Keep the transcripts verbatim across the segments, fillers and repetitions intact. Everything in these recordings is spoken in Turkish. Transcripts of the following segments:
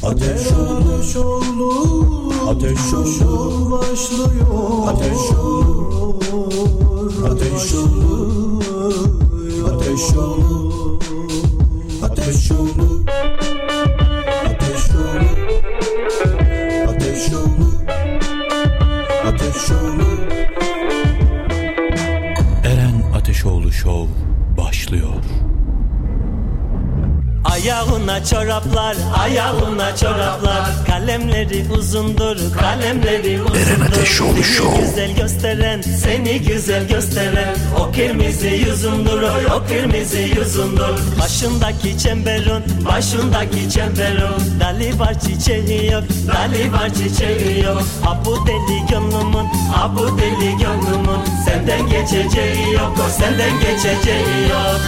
Ateşoğlu, Ateşoğlu başlıyor. Ateşoğlu, Ateşoğlu, Ateşoğlu, Ateşoğlu, Ateşoğlu, Ateşoğlu, Ateşoğlu. Eren Ateşoğlu Show başlıyor. Ayağına çoraplar, ayağına çoraplar. Kalemleri uzundur, kalemleri uzundur. Eren Ateşoğlu Show. Seni güzel gösteren, seni güzel gösteren. O kırmızı yüzündür, o kırmızı yüzündür. Başındaki çemberin, başındaki çemberin. Dali var çiçeği yok, dali var çiçeği yok. Ha bu deli gönlümün, ha bu deli gönlümün. Senden geçeceği yok, o senden geçeceği yok.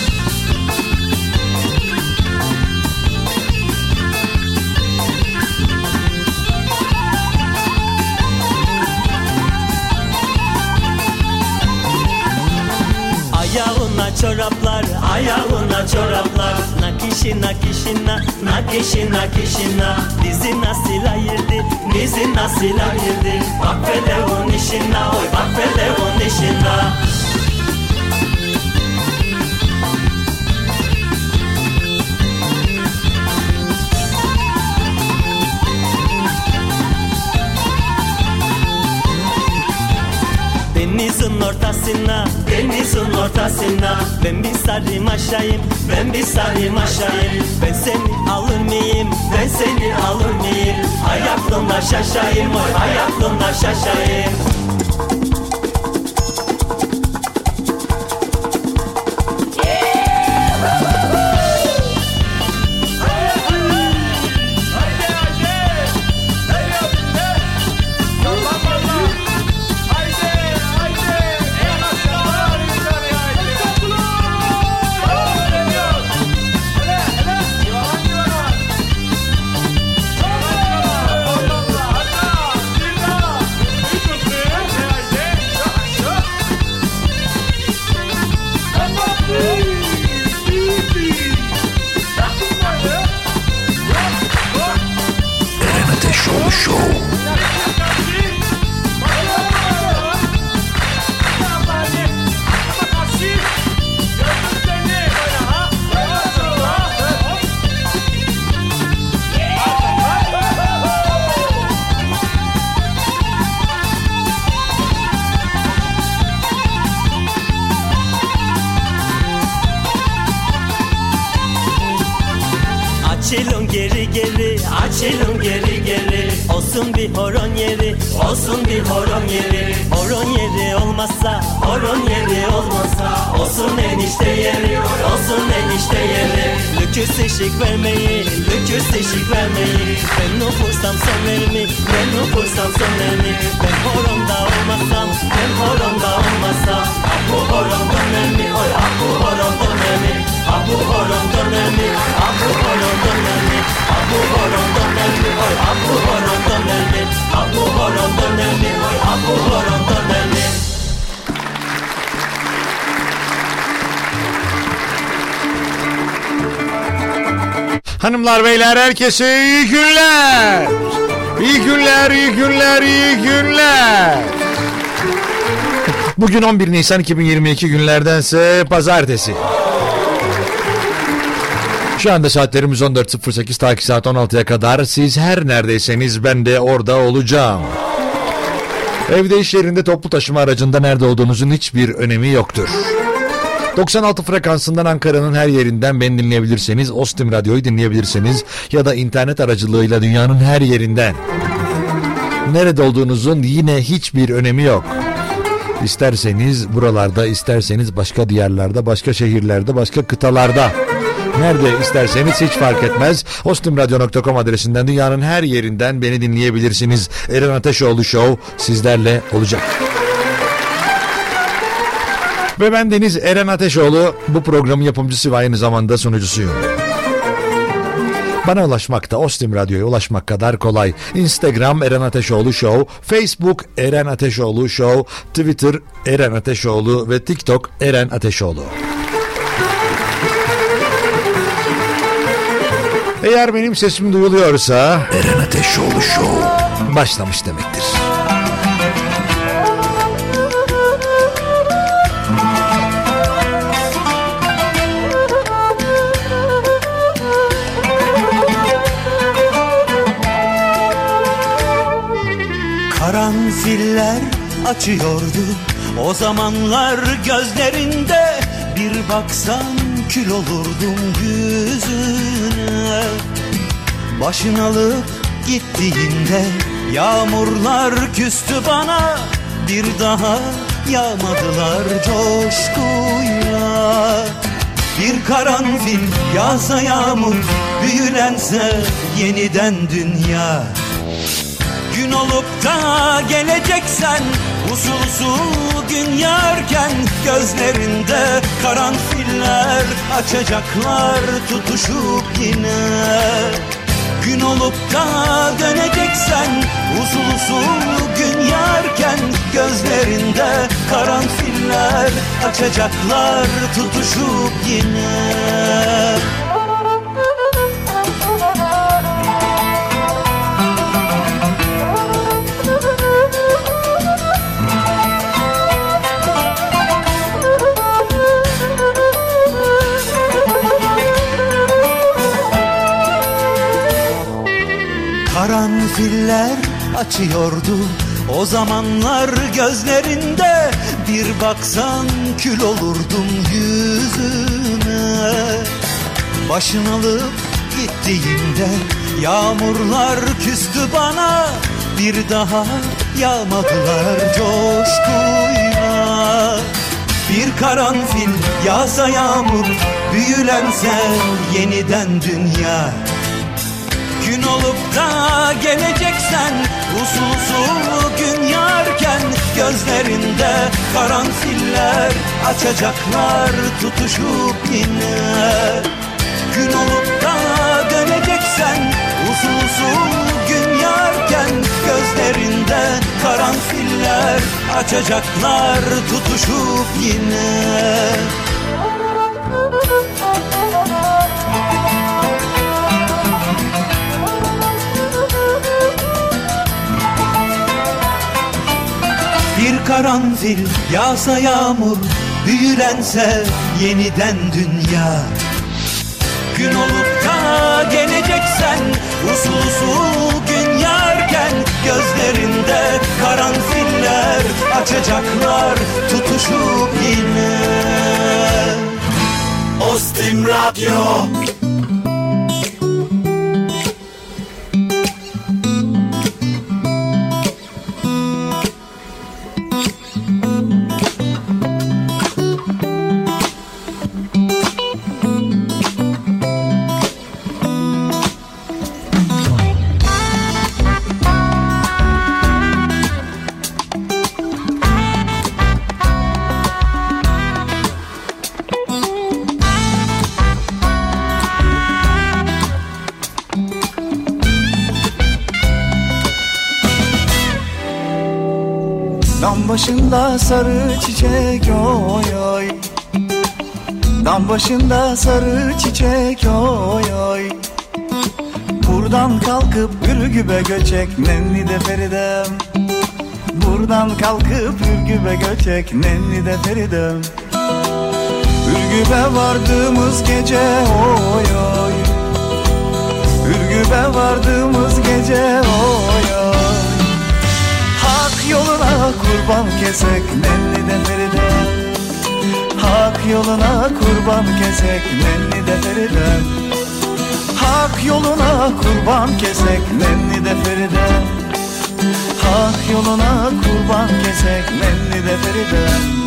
Ayağına çoraplar, ayağına çoraplar. Nakişi nakişina, nakişi nakişina. Dizi nasıl ayırdı, dizi nasıl ayırdı. Bak felevun işina, oy bak felevun işina. Denizin ortasına, denizin ortasına. Ben bir sarayım aşağıyım, ben bir sarayım aşağıyım. Ben seni alır mıyım, ben seni alır mıyım? Ayaklımda şaşayım, oy ayaklımda şaşayım. Açılın geri geri, açılın geri geri. Olsun bir horon yeri, olsun bir horon yeri. Horon yeri olmazsa, horon yeri olmazsa. Olsun enişte yeri, olsun enişte yeri. Lüküs ışık vermeyi, lüküs ışık vermeyi. Ben nufursam son verimi, ben nufursam son verimi. Ben horonda olmasam, ben horonda olmasam. Ah bu horon döner mi, oy ah bu horon döner mi? Ah bu horon döner mi, ah bu horon döner mi? Ah bu horon döner mi, oy ah bu horon döner mi? Ah bu horon döner mi, oy ah bu horon döner mi? Hanımlar beyler herkese iyi günler. İyi günler, iyi günler, iyi günler. Bugün on bir Nisan iki bin yirmi iki günlerdense pazartesi. Şu anda saatlerimiz on dört sıfır sekiz, ta ki saat on altıya kadar siz her neredeyseniz ben de orada olacağım. Evde, iş yerinde, toplu taşıma aracında nerede olduğunuzun hiçbir önemi yoktur. doksan altı frekansından Ankara'nın her yerinden beni dinleyebilirseniz, Ostim Radyo'yu dinleyebilirsiniz ya da internet aracılığıyla dünyanın her yerinden. Nerede olduğunuzun yine hiçbir önemi yok. İsterseniz buralarda, isterseniz başka diyarlarda, başka şehirlerde, başka kıtalarda. Nerede isterseniz hiç fark etmez. ostimradyo nokta com adresinden dünyanın her yerinden beni dinleyebilirsiniz. Eren Ateşoğlu Show sizlerle olacak. Ve ben Deniz Eren Ateşoğlu, bu programın yapımcısı ve aynı zamanda sunucusuyum. Bana ulaşmakta Ostim Radyo'ya ulaşmak kadar kolay. Instagram Eren Ateşoğlu Show, Facebook Eren Ateşoğlu Show, Twitter Eren Ateşoğlu ve TikTok Eren Ateşoğlu. Eğer benim sesim duyuluyorsa Eren Ateşoğlu Show başlamış demektir. Karanfiller açıyordu o zamanlar gözlerinde, bir baksan kül olurdum yüzüne. Başın alıp gittiğinde yağmurlar küstü bana, bir daha yağmadılar coşkuyla. Bir karanfil yağsa yağmur, büyülense yeniden dünya. Gün olup da geleceksen usul usul gün yarken, gözlerinde karanfiller açacaklar tutuşup yine. Gün olup da döneceksen usul usul gün yarken, gözlerinde karanfiller açacaklar tutuşup yine. Karanfiller açıyordu o zamanlar gözlerinde, bir baksan kül olurdum yüzüne. Başın alıp gittiğinde yağmurlar küstü bana, bir daha yağmadılar coşkuyla. Bir karanfil yağsa yağmur, büyülense yeniden dünya. Gün olup da geleceksen usul usul gün yarken, gözlerinde karanfiller açacaklar tutuşup yine. Gün olup da döneceksen usul usul gün yarken, gözlerinde karanfiller açacaklar tutuşup yine. Bir karanfil yağsa yağmur, büyülense yeniden dünya. Gün olup da geleceksen usul usul gün yarken, gözlerinde karanfiller açacaklar tutuşup yine. Ostim Radyo. Dam başında sarı çiçek oy oy, dam başında sarı çiçek oy oy. Buradan kalkıp Ürgüp'e göçek nenni de Feridem. Buradan kalkıp Ürgüp'e göçek nenni de Feridem. Ürgüp'e vardığımız gece oy oy, Ürgüp'e vardığımız gece oy oy. Hak yoluna kurban kesek nenni de Feridem. Hak yoluna kurban kesek nenni de Feridem. Hak yoluna kurban kesek nenni de Feridem. Hak yoluna kurban kesek nenni de Feridem.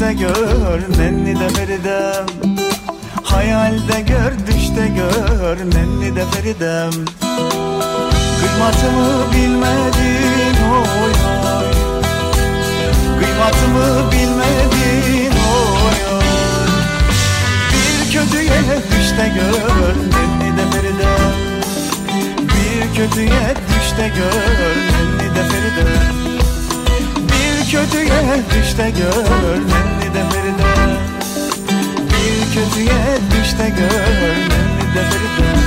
düşte gör nenni de Feridem. Hayalde gör düşte gör nenni de Feridem. Kıymatımı bilmedin oy oy, kıymatımı bilmedin oy oy. Bir kötüye düşte gör nenni de Feridem. Bir kötüye düşte gör nenni de Feridem. Bir kötüye düşte gör nenni de Feridem. Bir kötüye düşte gör nenni de Feridem.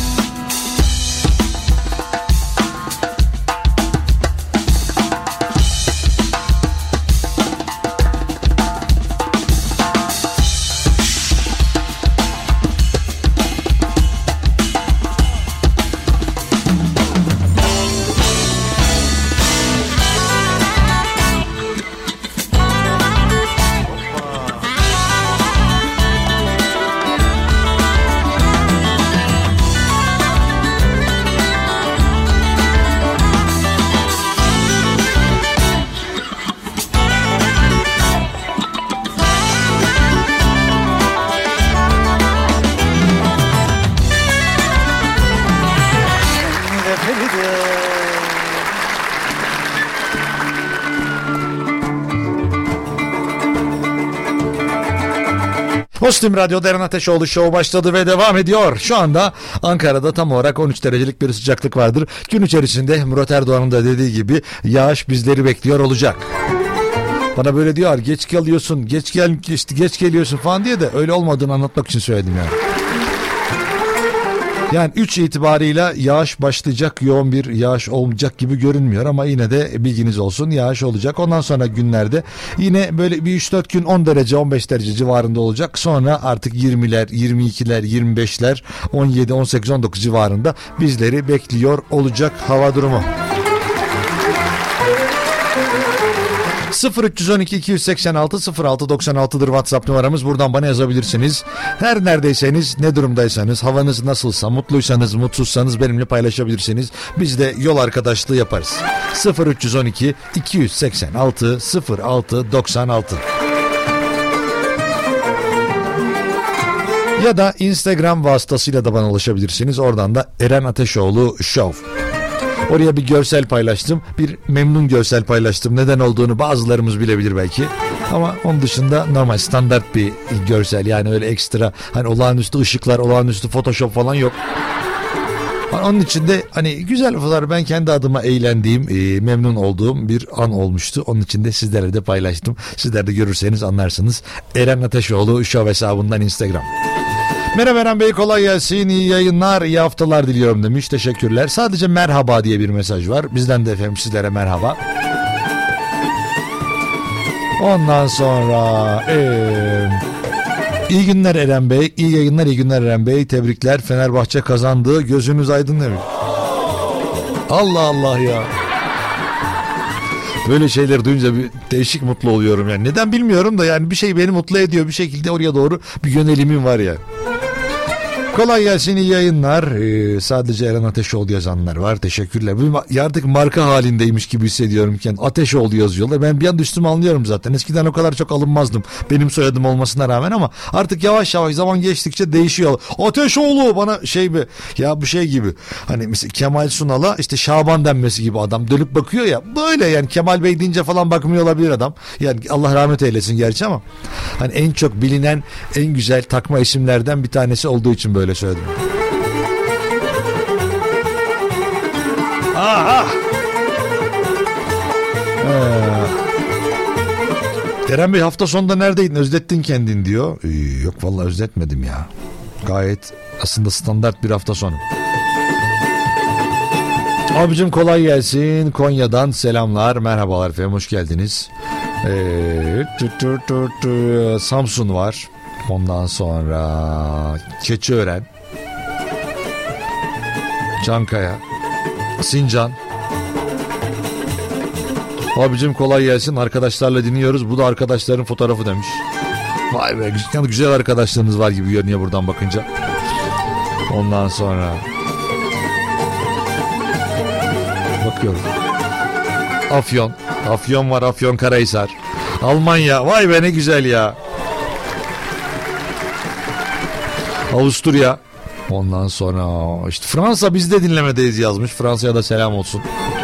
Postim Radyo'da Eren Ateşoğlu Show başladı ve devam ediyor. Şu anda Ankara'da tam olarak on üç derecelik bir sıcaklık vardır. Gün içerisinde Murat Erdoğan'ın da dediği gibi yağış bizleri bekliyor olacak. Bana böyle diyor, geç geliyorsun, geç gel, işte geç geliyorsun falan diye de öyle olmadığını anlatmak için söyledim yani. Yani üç itibarıyla yağış başlayacak, yoğun bir yağış olmayacak gibi görünmüyor ama yine de bilginiz olsun, yağış olacak. Ondan sonra günlerde yine böyle bir üç dört gün on derece on beş derece civarında olacak. Sonra artık yirmiler, yirmi ikiler, yirmi beşler, on yedi, on sekiz, on dokuz civarında bizleri bekliyor olacak hava durumu. sıfır üç on iki iki seksen altı sıfır altı doksan altı'dır WhatsApp numaramız. Buradan bana yazabilirsiniz. Her neredeyseniz, ne durumdaysanız, havanız nasılsa, mutluysanız, mutsuzsanız benimle paylaşabilirsiniz. Biz de yol arkadaşlığı yaparız. sıfır üç on iki iki seksen altı sıfır altı doksan altı. Ya da Instagram vasıtasıyla da bana ulaşabilirsiniz. Oradan da Eren Ateşoğlu Show. Oraya bir görsel paylaştım. Bir memnun görsel paylaştım. Neden olduğunu bazılarımız bilebilir belki. Ama onun dışında normal standart bir görsel. Yani öyle ekstra hani olağanüstü ışıklar, olağanüstü Photoshop falan yok. Onun içinde hani güzel fotoğraf, ben kendi adıma eğlendiğim, e, memnun olduğum bir an olmuştu. Onun için de sizlerle de paylaştım. Sizler de görürseniz anlarsınız. Eren Ateşoğlu Show hesabından Instagram. Merhaba Eren Bey, kolay gelsin, iyi yayınlar, iyi haftalar diliyorum demiş. Teşekkürler. Sadece merhaba diye bir mesaj var. Bizden de efendim sizlere merhaba. Ondan sonra ee, iyi günler Eren Bey, iyi yayınlar, iyi günler Eren Bey. Tebrikler, Fenerbahçe kazandı, gözünüz aydın demiş. Allah Allah ya. Böyle şeyleri duyunca bir değişik mutlu oluyorum yani. Neden bilmiyorum da yani bir şey beni mutlu ediyor. Bir şekilde oraya doğru bir yönelimim var yani. Kolay gelsin, iyi yayınlar. Ee, sadece Eren Ateşoğlu yazanlar var. Teşekkürler. Bir artık marka halindeymiş gibi hissediyorum kendimi. Ateşoğlu yazıyorlar. Ben bir anda üstüme anlıyorum zaten. Eskiden o kadar çok alınmazdım. Benim soyadım olmasına rağmen ama artık yavaş yavaş zaman geçtikçe değişiyor. Ateşoğlu bana şey bir ya bu şey gibi. Hani mesela Kemal Sunal'a işte Şaban denmesi gibi adam dönüp bakıyor ya. Böyle yani Kemal Bey deyince falan bakmıyor olabilir adam. Yani Allah rahmet eylesin gerçi ama hani en çok bilinen, en güzel takma isimlerden bir tanesi olduğu için böyle söyledim. Aha. Ee, Eren Bey hafta sonunda neredeydin? Özlettin kendin diyor. Ee, yok vallahi özletmedim ya. Gayet aslında standart bir hafta sonu. Abicim kolay gelsin. Konya'dan selamlar. Merhabalar efendim, hoş geldiniz. Ee, tü tü tü tü. Samsun var. Ondan sonra Keçiören, Çankaya, Sincan. Abicim kolay gelsin, arkadaşlarla dinliyoruz. Bu da arkadaşların fotoğrafı demiş. Vay be, yani güzel arkadaşlarınız var gibi görünüyor buradan bakınca. Ondan sonra bakıyorum. Afyon, Afyon var, Afyon Karahisar. Almanya, vay be ne güzel ya. Avusturya. Ondan sonra işte Fransa, biz de dinlemedeyiz yazmış. Fransa'ya da selam olsun.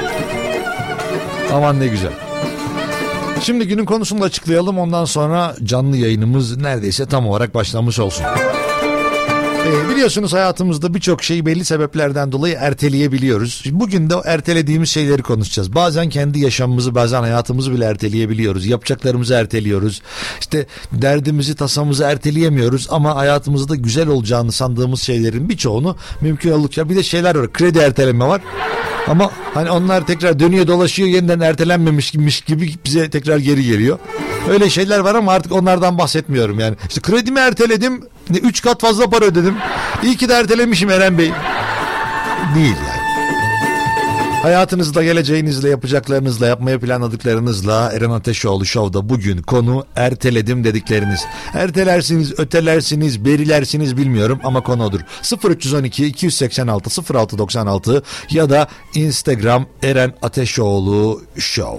Aman ne güzel. Şimdi günün konusunu da açıklayalım. Ondan sonra canlı yayınımız neredeyse tam olarak başlamış olsun. Ee, biliyorsunuz hayatımızda birçok şeyi belli sebeplerden dolayı erteleyebiliyoruz. Bugün de o ertelediğimiz şeyleri konuşacağız. Bazen kendi yaşamımızı, bazen hayatımızı bile erteleyebiliyoruz. Yapacaklarımızı erteliyoruz. İşte derdimizi, tasamızı erteleyemiyoruz ama hayatımızda güzel olacağını sandığımız şeylerin birçoğunu mümkün oldukça, bir de şeyler var. Kredi erteleme var. Ama hani onlar tekrar dönüyor dolaşıyor, yeniden ertelenmemiş gibi bize tekrar geri geliyor. Öyle şeyler var ama artık onlardan bahsetmiyorum yani. İşte kredimi erteledim, üç kat fazla para ödedim. İyi ki de ertelemişim Eren Bey. Değil yani. Hayatınızda, geleceğinizle, yapacaklarınızla, yapmaya planladıklarınızla Eren Ateşoğlu Show'da bugün konu erteledim dedikleriniz. Ertelersiniz, ötelersiniz, berilersiniz bilmiyorum ama konu odur. sıfır üç on iki iki seksen altı sıfır altı doksan altı ya da Instagram Eren Ateşoğlu Show.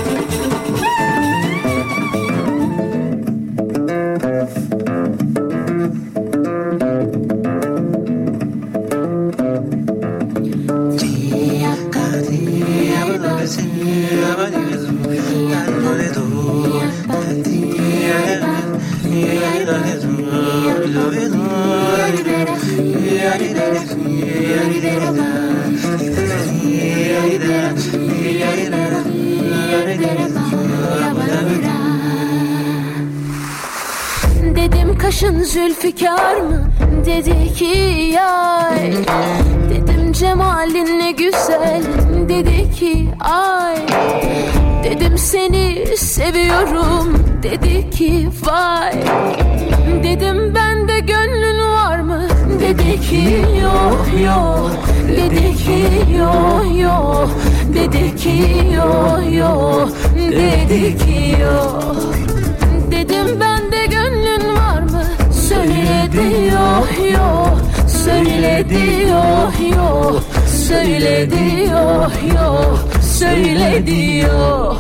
Dedim kaşın Zülfikar mı? Dedi ki yay. Dedim cemalin ne güzel. Dedi ki ay. Dedim seni seviyorum. Dedi ki vay. Dedim bende gönlün var mı? Dedi ki yok yok. Dedi ki yok yok. Dedi ki yok yok. Dedi ki yok. Dedim bende gönlün var mı? Söyledi yok yok. Söyledi yok yok. Söyledi yok yok. Söyledi yok.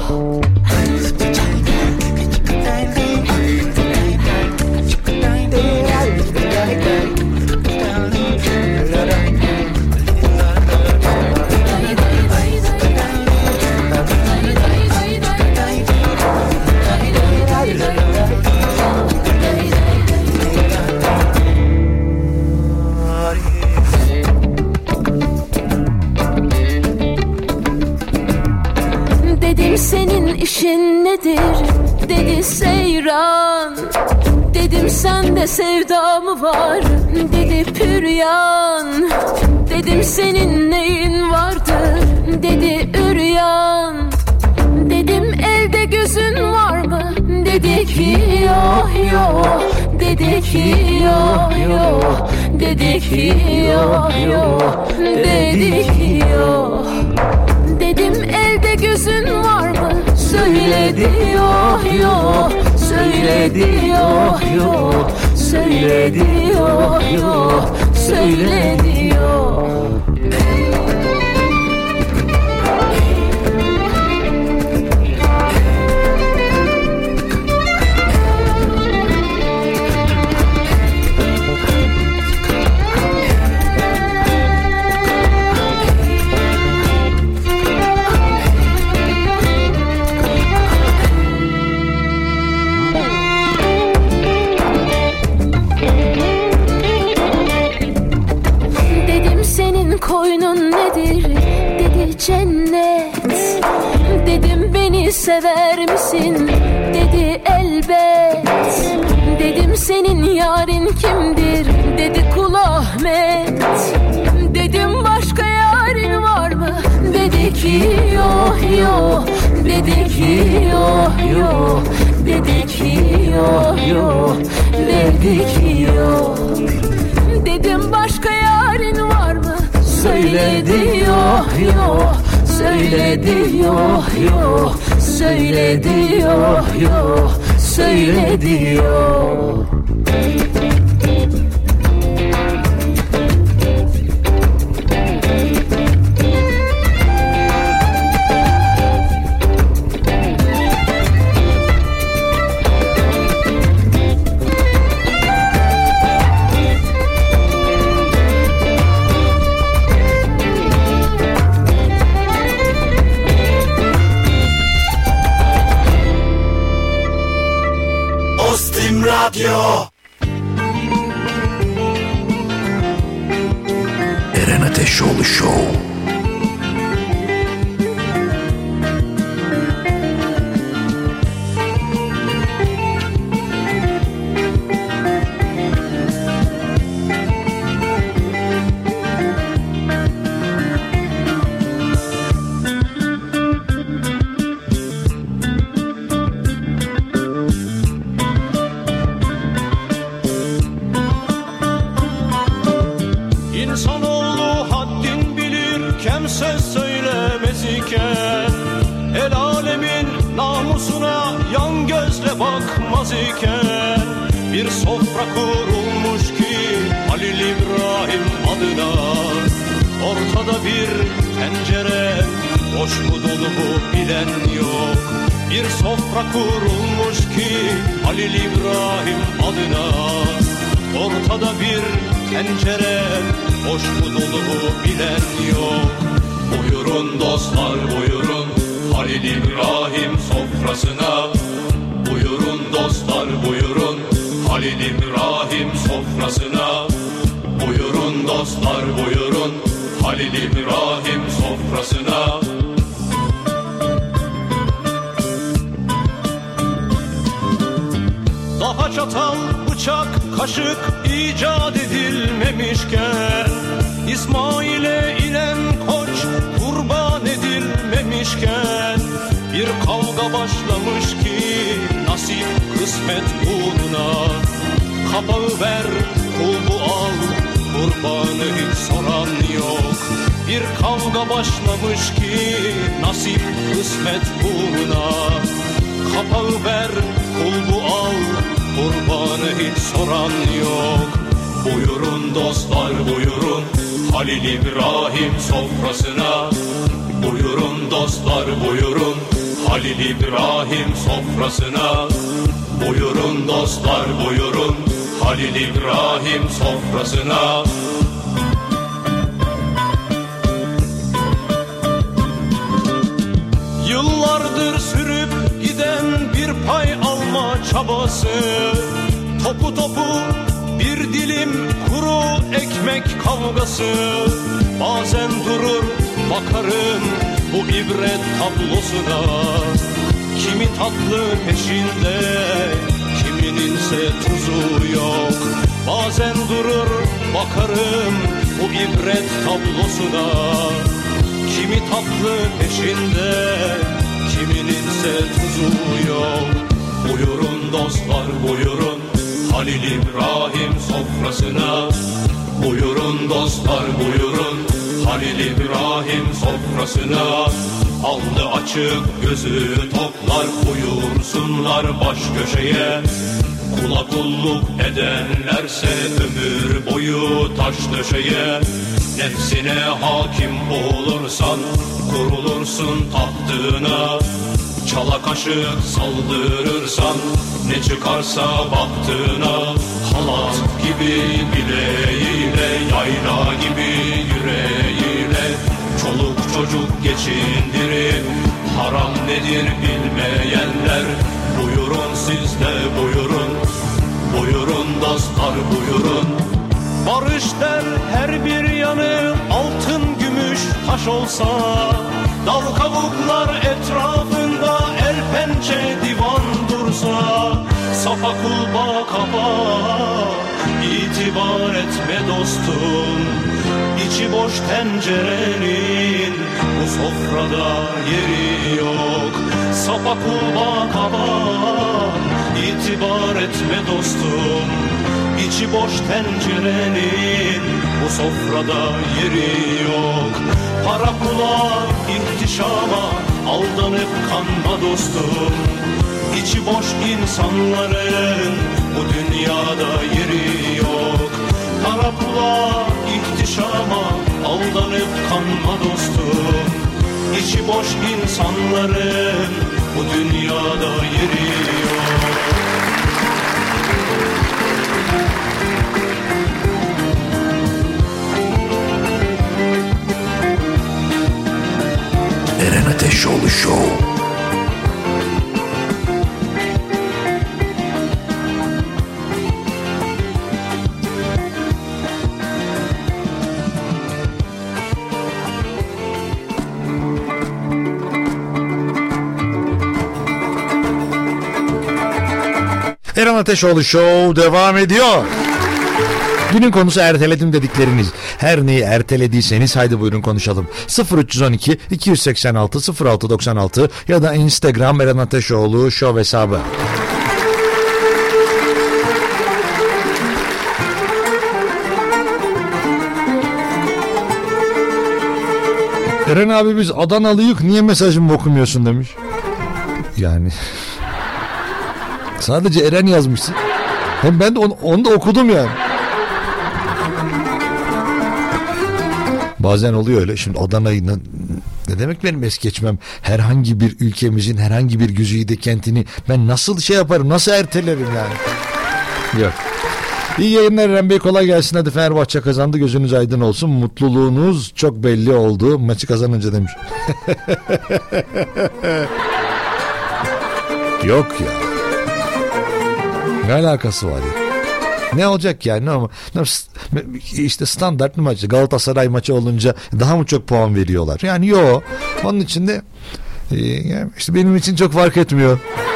Senin işin nedir? Dedi seyran. Dedim sende sevda mı var? Dedi püryan. Dedim senin neyin vardır? Dedi üryan. Dedim elde gözün var mı? Dedi ki yok yok. Dedi ki yok yok. Dedi ki yok yok. Dedi ki yok. Dedim elde gözün var mı? Söyledi yok yok. Söyledi yok yok. Söyledi yok yok. Söyledi yok. Koynun nedir? Dedi cennet. Dedim beni sever misin? Dedi elbet. Dedim senin yarın kimdir? Dedi Kul Ahmet. Dedim başka yarın var mı? Dedi ki yok yok. Dedi ki yok yok. Dedi ki yok yok. Dedi ki yok. Dedim başka yarın var mı? Söyledi yok yok. Söyledi yok yok. Söyledi yok yok. Söyledi yok. Radyo. Eren Ateşoğlu Show. Bir sofra kurulmuş ki Halil İbrahim adına, ortada bir tencere, boş mu dolu mu bilen yok. Bir sofra kurulmuş ki Halil İbrahim adına, ortada bir tencere, boş mu dolu mu bilen yok. Buyurun dostlar buyurun Halil İbrahim sofrasına. Buyurun dostlar buyurun Halil İbrahim sofrasına. Buyurun dostlar buyurun Halil İbrahim sofrasına. Daha çatal, bıçak, kaşık icat edilmemişken, İsmail'e inen koç kurban edilmemişken, bir kavga başlamış ki nasip kısmet uğruna. Kapağı ver, kulbu al, kurbanı hiç soran yok. Bir kavga başlamış ki nasip kısmet uğruna. Kapağı ver, kulbu al, kurbanı hiç soran yok. Buyurun dostlar buyurun Halil İbrahim sofrasına. Buyurun dostlar buyurun Halil İbrahim sofrasına. Buyurun dostlar buyurun Halil İbrahim sofrasına. Yıllardır sürüp giden bir pay alma çabası, topu topu bir dilim kuru ekmek kavgası. Bazen durur bakarım bu ibret tablosuna. Kimi tatlı peşinde, kimininse tuzu yok. Bazen durur bakarım bu ibret tablosuna. Kimi tatlı peşinde, kimininse tuzu yok. Buyurun dostlar buyurun Halil İbrahim sofrasına. Buyurun dostlar buyurun Halil İbrahim sofrasına. Alnı açık gözü toplar buyursunlar baş köşeye. Kula kulluk edenlerse ömür boyu taş döşeye. Nefsine hakim olursan kurulursun tahtına. Çala kaşık saldırırsan ne çıkarsa baktığına. Halat gibi bileğiyle, yayla gibi yüreğiyle, çoluk çocuk geçindirip haram nedir bilmeyenler. Buyurun siz de buyurun, buyurun dostlar buyurun. Barış der her bir yanı altın gümüş taş olsa, dal kavuklar etrafında el pençe divan dursa. Safa kulba kapa itibar etme dostum, İçi boş tencerenin bu sofrada yeri yok. Safa kulba kapa itibar etme dostum, İçi boş tencerenin bu sofrada yeri yok. Para pula ihtişama aldanıp kanma dostum, İçi boş insanların bu dünyada yeri yok. Para pula ihtişama aldanıp kanma dostum, İçi boş insanların bu dünyada yeri yok. Eren Ateşoğlu Show. Eren Ateşoğlu Show devam ediyor. Günün konusu erteledim dedikleriniz. Her neyi ertelediyseniz haydi buyurun konuşalım. sıfır üç on iki iki seksen altı sıfır altı doksan altı ya da Instagram Eren Ateşoğlu Show hesabı. Eren abi biz Adanalıyık, niye mesajımı okumuyorsun demiş. Yani sadece Eren yazmışsın. Hem ben de onu, onu da okudum yani. Bazen oluyor öyle. Şimdi Adana'yı ne demek benim es geçmem? Herhangi bir ülkemizin herhangi bir güzide kentini ben nasıl şey yaparım? Nasıl ertelerim yani? Yok. İyi yayınlar Eren Bey, kolay gelsin. Hadi Fenerbahçe kazandı, gözünüz aydın olsun. Mutluluğunuz çok belli oldu maçı kazanınca demiş. Yok ya. Ne alakası var ya? Ne olacak yani? Ne, ne, işte standart bir maçı. Galatasaray maçı olunca daha mı çok puan veriyorlar? Yani yok. Onun için de e, yani işte benim için çok fark etmiyor.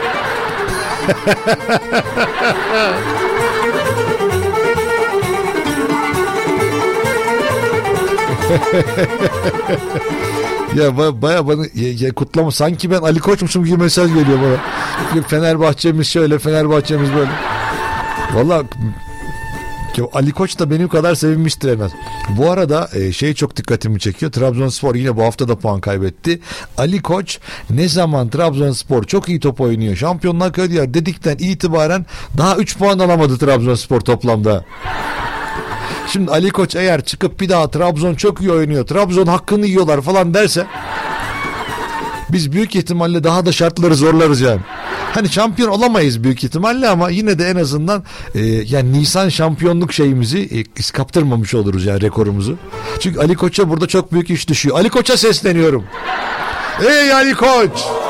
Ya baya, baya bana ya, ya kutlama, sanki ben Ali Koç'muşum gibi mesaj geliyor bana. Fenerbahçe'miz şöyle, Fenerbahçe'miz böyle. Vallahi Ali Koç da benim kadar sevinmiştir en az. Bu arada e, şey çok dikkatimi çekiyor. Trabzonspor yine bu hafta da puan kaybetti. Ali Koç ne zaman Trabzonspor çok iyi top oynuyor, şampiyonluğa gidiyor dedikten itibaren daha üç puan alamadı Trabzonspor toplamda. Şimdi Ali Koç eğer çıkıp bir daha Trabzon çok iyi oynuyor, Trabzon hakkını yiyorlar falan derse biz büyük ihtimalle daha da şartları zorlarız yani. Hani şampiyon olamayız büyük ihtimalle ama yine de en azından e, yani Nisan şampiyonluk şeyimizi e, kaptırmamış oluruz yani, rekorumuzu. Çünkü Ali Koç'a burada çok büyük iş düşüyor. Ali Koç'a sesleniyorum. Ey Ali Koç!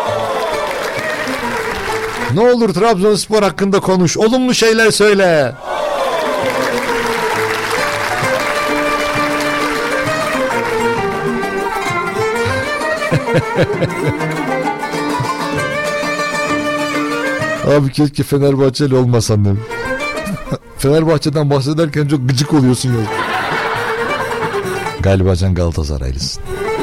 Ne olur Trabzonspor hakkında konuş. Olumlu şeyler söyle. Abi keşke Fenerbahçeli olmasan dedim. Fenerbahçe'den bahsederken çok gıcık oluyorsun ya. Galiba sen Galatasaraylısın.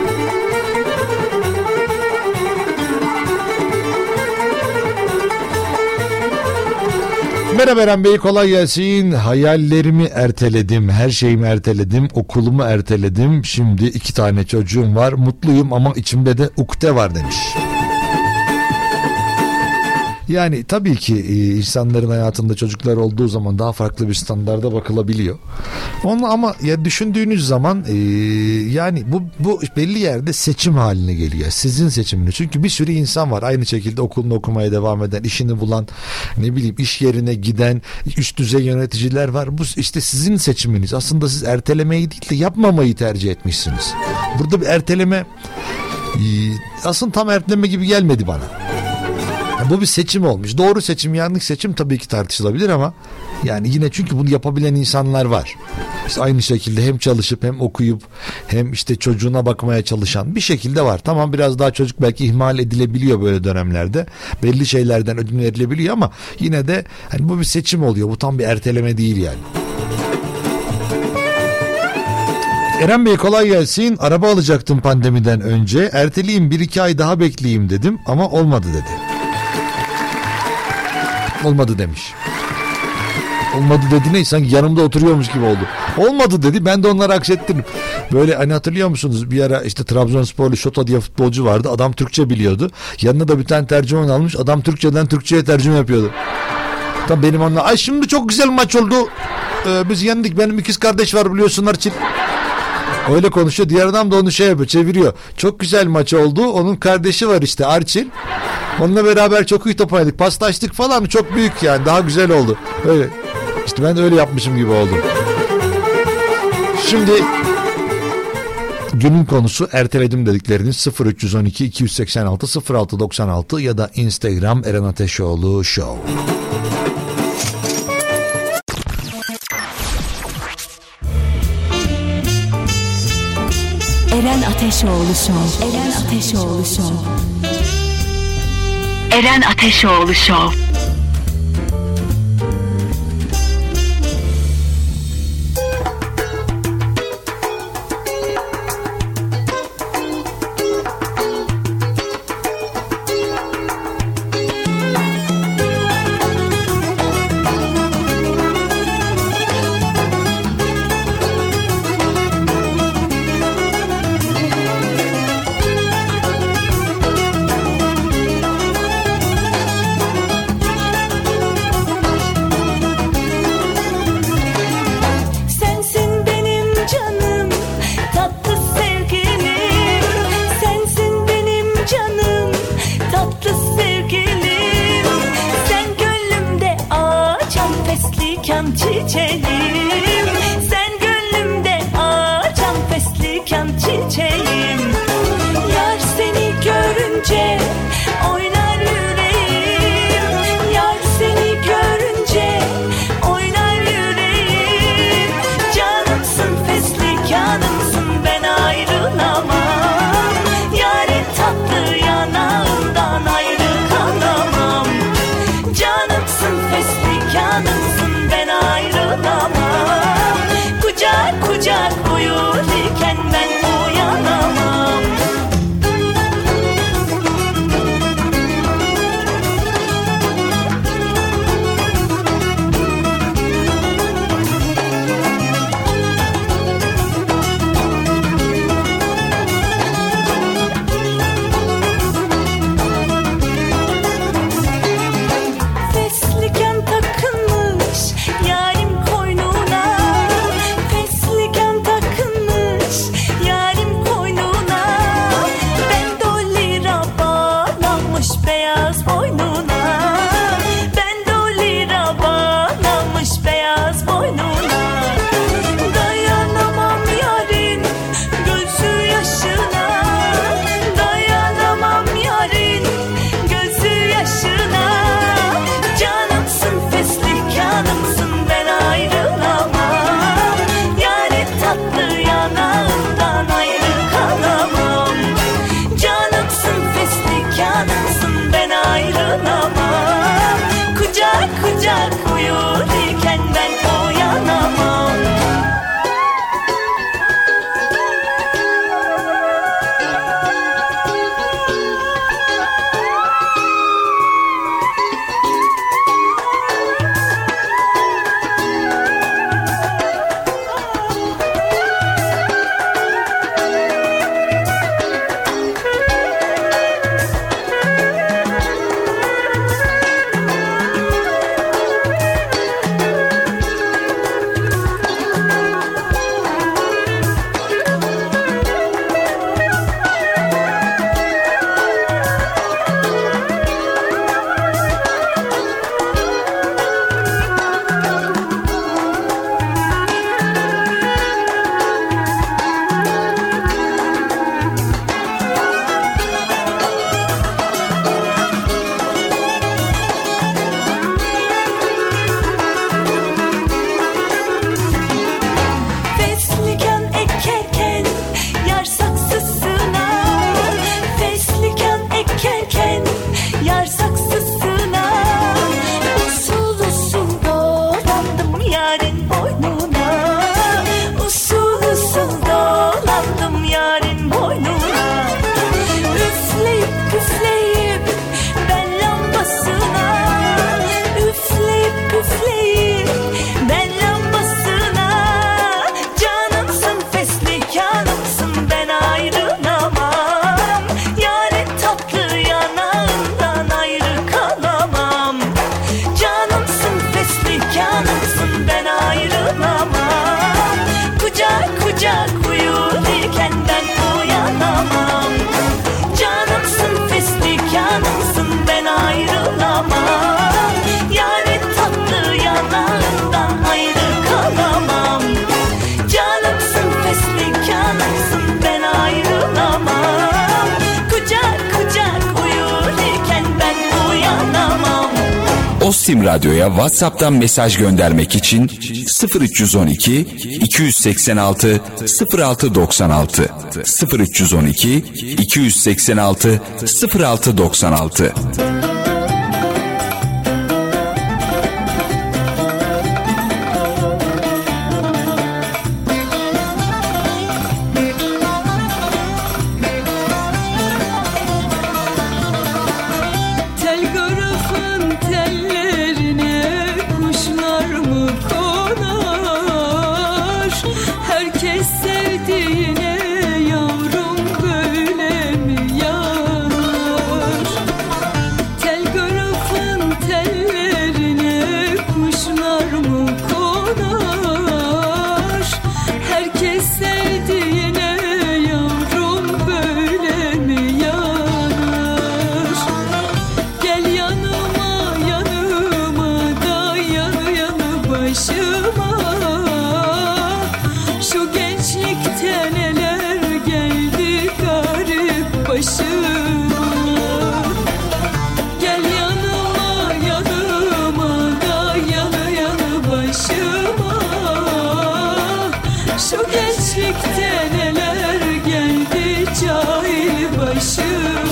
Merhaba Eren Bey, kolay gelsin. Hayallerimi erteledim, her şeyimi erteledim, okulumu erteledim. Şimdi iki tane çocuğum var, mutluyum ama içimde de ukde var demiş. Yani tabii ki insanların hayatında çocuklar olduğu zaman daha farklı bir standarda bakılabiliyor. Onu ama ya düşündüğünüz zaman e, yani bu bu belli yerde seçim haline geliyor. Sizin seçiminiz. Çünkü bir sürü insan var aynı şekilde okulunu okumaya devam eden, işini bulan, ne bileyim iş yerine giden üst düzey yöneticiler var. Bu işte sizin seçiminiz. Aslında siz ertelemeyi değil de yapmamayı tercih etmişsiniz. Burada bir erteleme e, aslında tam erteleme gibi gelmedi bana. Bu bir seçim olmuş. Doğru seçim, yanlış seçim tabii ki tartışılabilir ama yani yine çünkü bunu yapabilen insanlar var. İşte aynı şekilde hem çalışıp hem okuyup hem işte çocuğuna bakmaya çalışan bir şekilde var. Tamam, biraz daha çocuk belki ihmal edilebiliyor böyle dönemlerde. Belli şeylerden ödün verilebiliyor ama yine de hani bu bir seçim oluyor. Bu tam bir erteleme değil yani. Eren Bey kolay gelsin. Araba alacaktım pandemiden önce. Erteleyeyim, bir iki ay daha bekleyeyim dedim ama olmadı dedi. Olmadı demiş. Olmadı dedi ne? Sanki yanımda oturuyormuş gibi oldu. Olmadı dedi, ben de onları aksettim. Böyle hani hatırlıyor musunuz? Bir ara işte Trabzonsporlu Şota diye futbolcu vardı. Adam Türkçe biliyordu. Yanına da bir tane tercüman almış. Adam Türkçeden Türkçe'ye tercüme yapıyordu. Tam benim onunla. Ay şimdi çok güzel maç oldu. Ee, biz yendik. Benim ikiz kardeş var biliyorsun Arçil. Öyle konuşuyor. Diğer adam da onu şey yapıyor, çeviriyor. Çok güzel maç oldu. Onun kardeşi var işte Arçil. Onunla beraber çok iyi top oynadık. Paslaştık falan. Çok büyük yani. Daha güzel oldu. Öyle. İşte ben de öyle yapmışım gibi oldum. Şimdi günün konusu erteledim dedikleriniz sıfır üç on iki iki seksen altı sıfır altı doksan altı ya da Instagram Eren Ateşoğlu Show. Eren Ateşoğlu Show. Eren Ateşoğlu Show. Eren Ateşoğlu Show. çiçeğim. Sen gönlümde açan fesliken çiçeğim. Yar seni görünce oynar yüreğim. Yar seni görünce oynar yüreğim. Canımsın feslikanımsın ben ayrılamam. Yarın tatlı yanağından ayrı kalamam. Canımsın feslikanımsın ben ayrılamam. Kucak kucak uyurken ben uyanamam. Fesliken takılmış yarim koynuna. Fesliken takılmış yarim koynuna. Ben de lira bağlamış beyaz boynuna. Ben de lira bağlamış beyaz boynuna. Dayanamam yarın gözü yaşına. Dayanamam yarın gözü yaşına. Canımsın feslikanımsın ben ayrılamam. Yani tatlı yanağından ayrı kalamam. Canımsın feslikanımsın ben ayrılamam. Kucak kucak uyurken ben uyanamam. Fesliken ekerken yar saksısına. Fesliken ekerken yar saksısına. Usul usul dolandım yarın boynuna. Usul usul dolandım yarın boynuna. Üfleyip püfleyip ben lambasına. Üfleyip püfleyip ben lambasına. Canımsın feslikanımsın ben ayrılamam. Yarın tatlı yanağından ayrı kalamam. Canımsın feslikanımsın ben ayrılamam. Kucak kucak uyurken ben uyanamam. Canımsın feslikanımsın ben ayrılamam. Yarın tatlı yanağından ayrı kalamam. Canımsın feslikanımsın ben ayrılamam. Kucak kucak uyurken ben uyanamam. Ostim Radyo'ya WhatsApp'tan mesaj göndermek için sıfır üç on iki iki seksen altı sıfır altı doksan altı sıfır üç on iki iki seksen altı sıfır altı doksan altı. Telgrafın tellerine kuşlar mı konar? Herkes sevdiğine yavrum böyle mi yanar? gençlikte neler geldi cahil başıma.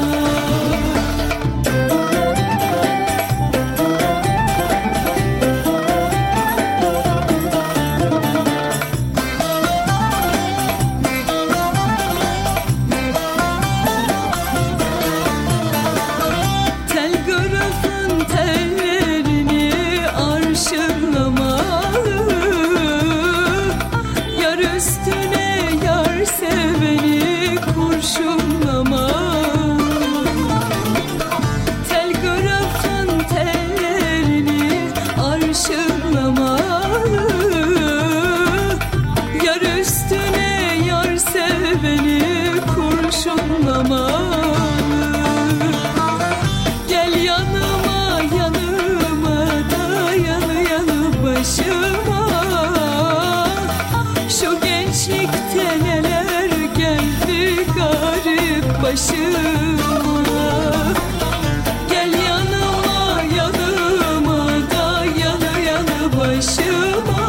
Gel yanıma yanıma da yanı yanı başıma.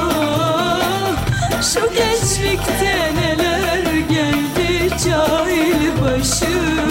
Şu gençlikte neler geldi cahil başıma.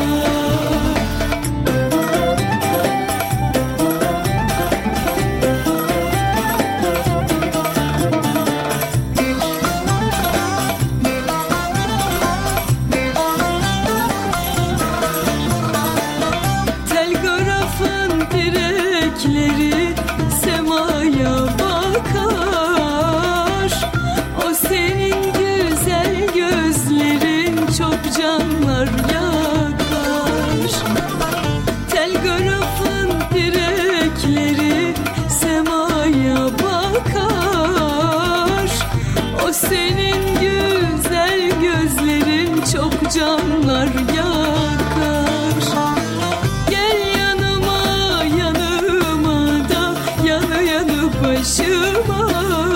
Canlar yakar. Gel yanıma yanıma da yanı yanı başıma.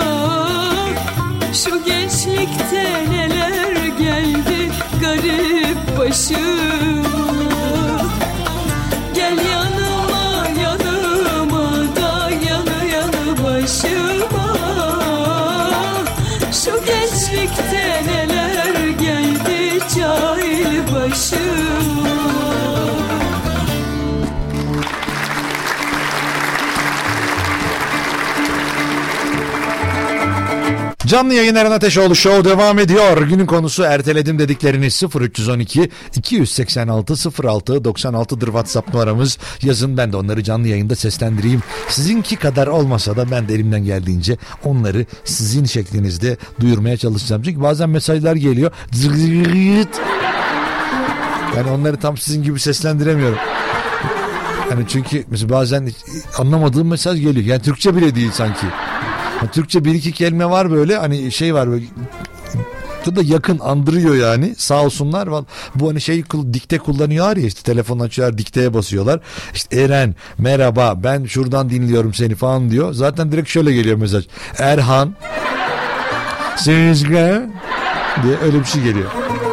Şu gençlikte neler geldi garip başıma. Gel yanıma yanıma da yanı yanı başıma. Şu gençlikte neler geldi cahil başıma. Canlı yayın Eren Ateşoğlu Show devam ediyor. Günün konusu erteledim dedikleriniz sıfır üç on iki iki yüz seksen altı sıfır altı doksan altı'dır WhatsApp numaramız. Yazın, ben de onları canlı yayında seslendireyim. Sizinki kadar olmasa da ben de elimden geldiğince onları sizin şeklinizde duyurmaya çalışacağım. Çünkü bazen mesajlar geliyor. Yani onları tam sizin gibi seslendiremiyorum. Yani çünkü mesela bazen anlamadığım mesaj geliyor. Yani Türkçe bile değil sanki. Yani Türkçe bir iki kelime var böyle, hani şey var böyle, da yakın andırıyor yani, sağ olsunlar. Bu hani şey dikte kullanıyorlar ya, işte telefon açıyorlar, dikteye basıyorlar. İşte Eren merhaba ben şuradan dinliyorum seni falan diyor. Zaten direkt şöyle geliyor mesaj. Erhan Sezge diye öyle bir şey geliyor.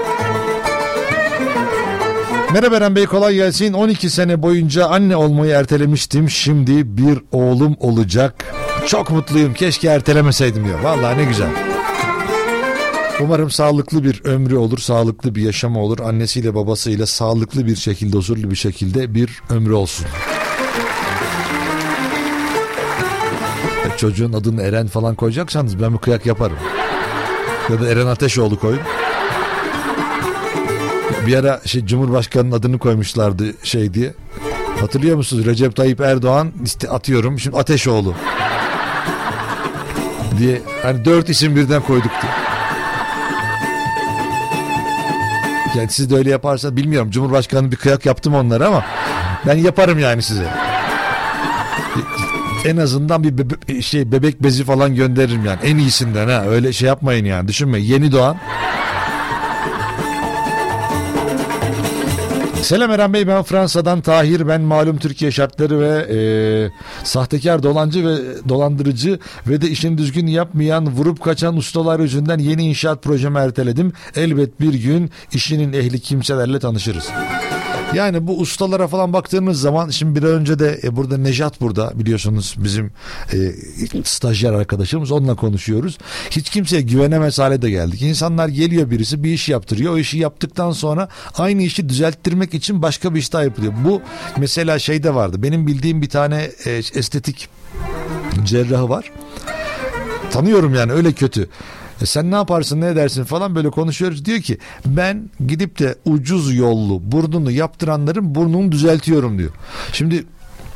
Merhaba Eren Bey, kolay gelsin. on iki sene boyunca anne olmayı ertelemiştim. Şimdi bir oğlum olacak. Çok mutluyum. Keşke ertelemeseydim diyor. Vallahi ne güzel. Umarım sağlıklı bir ömrü olur, sağlıklı bir yaşamı olur. Annesiyle babasıyla sağlıklı bir şekilde, huzurlu bir şekilde bir ömrü olsun. Çocuğun adını Eren falan koyacaksanız ben bir kıyak yaparım. Ya da Eren Ateşoğlu koyun. Bir ara şey Cumhurbaşkanı'nın adını koymuşlardı şey diye. Hatırlıyor musunuz? Recep Tayyip Erdoğan, işte atıyorum şimdi Ateşoğlu diye, hani dört isim birden koyduk diye. Yani siz de öyle yaparsanız bilmiyorum. Cumhurbaşkanı bir kıyak yaptım onlara ama ben yaparım yani size. En azından bir bebe- şey bebek bezi falan gönderirim yani. En iyisinden ha. Öyle şey yapmayın yani. Düşünmeyin. Yeni doğan. Selam Eren Bey, ben Fransa'dan Tahir. Ben malum Türkiye şartları ve e, sahtekar, dolancı ve dolandırıcı ve de işini düzgün yapmayan, vurup kaçan ustalar yüzünden yeni inşaat projemi erteledim. Elbet bir gün işinin ehli kimselerle tanışırız. Yani bu ustalara falan baktığımız zaman şimdi bir önce de e, burada Nejat burada biliyorsunuz bizim e, stajyer arkadaşımız, onunla konuşuyoruz. Hiç kimseye güvenemez hale de geldik. İnsanlar geliyor, birisi bir iş yaptırıyor. O işi yaptıktan sonra aynı işi düzelttirmek için başka bir iş daha yapılıyor. Bu mesela şeyde vardı. Benim bildiğim bir tane e, estetik cerrahı var. Tanıyorum yani, öyle kötü. E sen ne yaparsın, ne edersin falan böyle konuşuyoruz. Diyor ki ben gidip de ucuz yollu burnunu yaptıranların burnunu düzeltiyorum diyor. Şimdi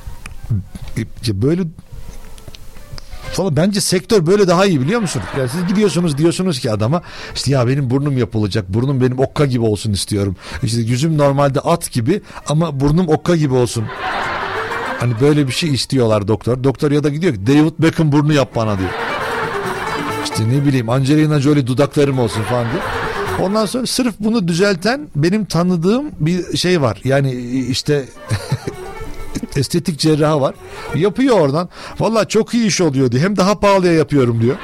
böyle falan, bence sektör böyle daha iyi, biliyor musun? Yani siz gidiyorsunuz, diyorsunuz ki adama işte ya benim burnum yapılacak, burnum benim okka gibi olsun istiyorum. İşte yüzüm normalde at gibi ama burnum okka gibi olsun. Hani böyle bir şey istiyorlar doktor. Doktor ya da gidiyor ki David Beckham burnu yap bana diyor. İşte ne bileyim Angelina Jolie dudaklarım olsun falan diyor. Ondan sonra sırf bunu düzelten benim tanıdığım bir şey var. Yani işte estetik cerrahı var. Yapıyor oradan. Vallahi çok iyi iş oluyor diyor. Hem daha pahalıya yapıyorum diyor.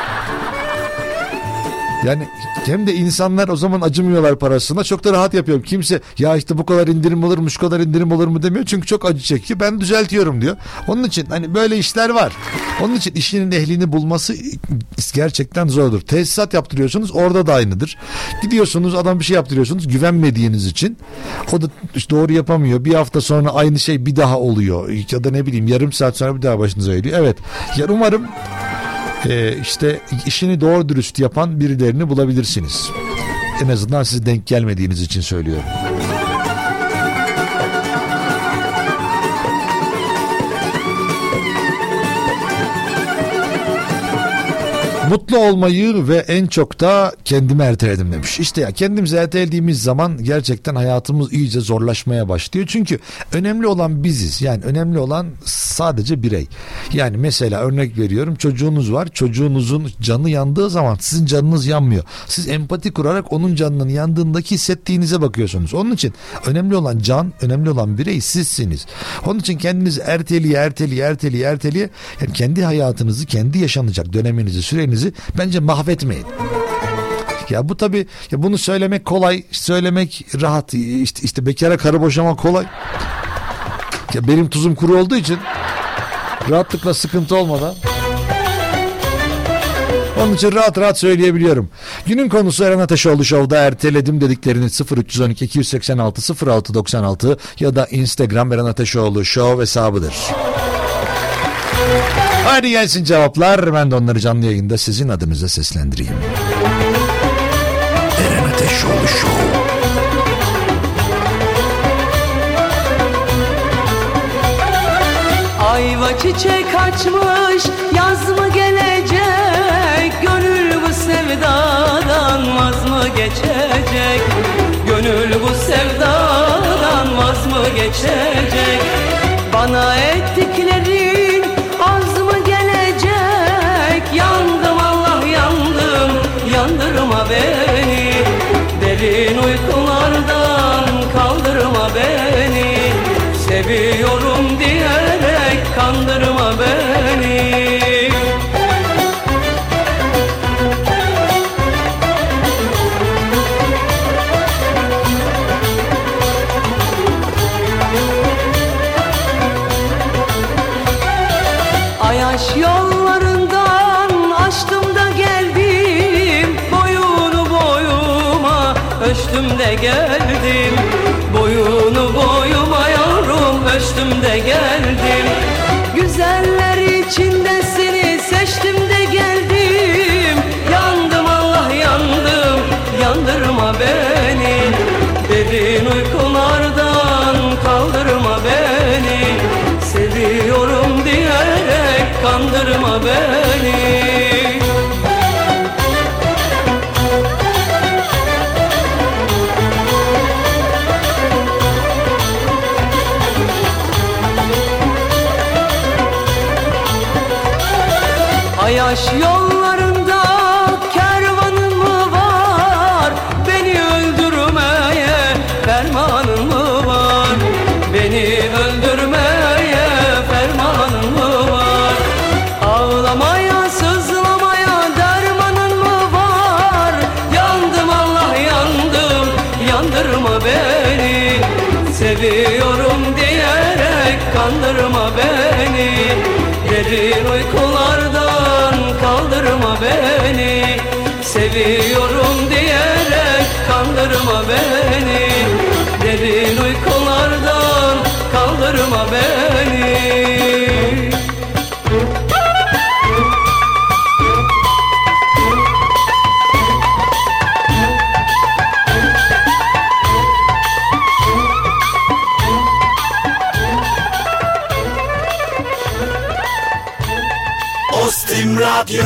Yani hem de insanlar o zaman acımıyorlar parasına. Çok da rahat yapıyorum. Kimse ya işte bu kadar indirim olur mu, şu kadar indirim olur mu demiyor. Çünkü çok acı çekiyor. Ben düzeltiyorum diyor. Onun için hani böyle işler var. Onun için işinin ehlini bulması gerçekten zordur. Tesisat yaptırıyorsunuz, orada da aynıdır. Gidiyorsunuz, adam bir şey yaptırıyorsunuz güvenmediğiniz için. O da işte doğru yapamıyor. Bir hafta sonra aynı şey bir daha oluyor. Ya da ne bileyim yarım saat sonra bir daha başınıza geliyor. Evet. Ya umarım Ee, işte işini doğru dürüst yapan birilerini bulabilirsiniz. En azından siz denk gelmediğiniz için söylüyorum. Mutlu olmayı ve en çok da kendimi erteledim demiş. İşte ya kendimizi ertelediğimiz zaman gerçekten hayatımız iyice zorlaşmaya başlıyor. Çünkü önemli olan biziz. Yani önemli olan sadece birey. Yani mesela örnek veriyorum, çocuğunuz var. Çocuğunuzun canı yandığı zaman sizin canınız yanmıyor. Siz empati kurarak onun canının yandığındaki hissettiğinize bakıyorsunuz. Onun için önemli olan can, önemli olan birey sizsiniz. Onun için kendinizi erteliye erteliye erteliye erteliye yani kendi hayatınızı, kendi yaşanacak döneminizi, sürenizi bence mahvetmeyin. Ya bu tabii, ya bunu söylemek kolay, söylemek rahat. İşte, işte bekara karı boşamak kolay. Ya benim tuzum kuru olduğu için rahatlıkla, sıkıntı olmadan. Onun için rahat rahat söyleyebiliyorum. Günün konusu Eren Ateşoğlu Show'da erteledim dediklerini sıfır üç on iki iki seksen altı sıfır altı doksan altı ya da Instagram Eren Ateşoğlu Show hesabıdır. Hadi gelsin cevaplar. Ben de onları canlı yayında sizin adınıza seslendireyim. Eren Ateşoğlu Show. Ayva çiçek açmış, yaz mı gelecek? Gönül bu sevdadan vaz mı geçecek? Gönül bu sevdadan vaz mı geçecek? Bana ettiklerin az mı gelecek? Yandım Allah yandım, yandırma beni. Derin uykulardan kaldırma beni. Seviyorum diyerek kandırma beni. Ayaş yollarından açtım da geldim. Boyunu boyuma ölçtüm de geldim. Boyunu boyuma yavrum ölçtüm de geldim. Güzeller içinde seni seçtim de geldim. Yandım Allah yandım, yandırma beni. Derin uykulardan kaldırma beni. Seviyorum diyerek kandırma beni. Ayaş yollarında kervanın mı var? Beni öldürmeye fermanın mı var? Beni öldürmeye fermanın mı var? Ağlamaya, sızlamaya dermanın mı var? Yandım Allah yandım, yandırma beni. kandırma beni. Derin uykulardan kaldırma beni. Seviyorum diyerek kandırma beni. Derin uykulardan kaldırma beni. Ostim Radyo.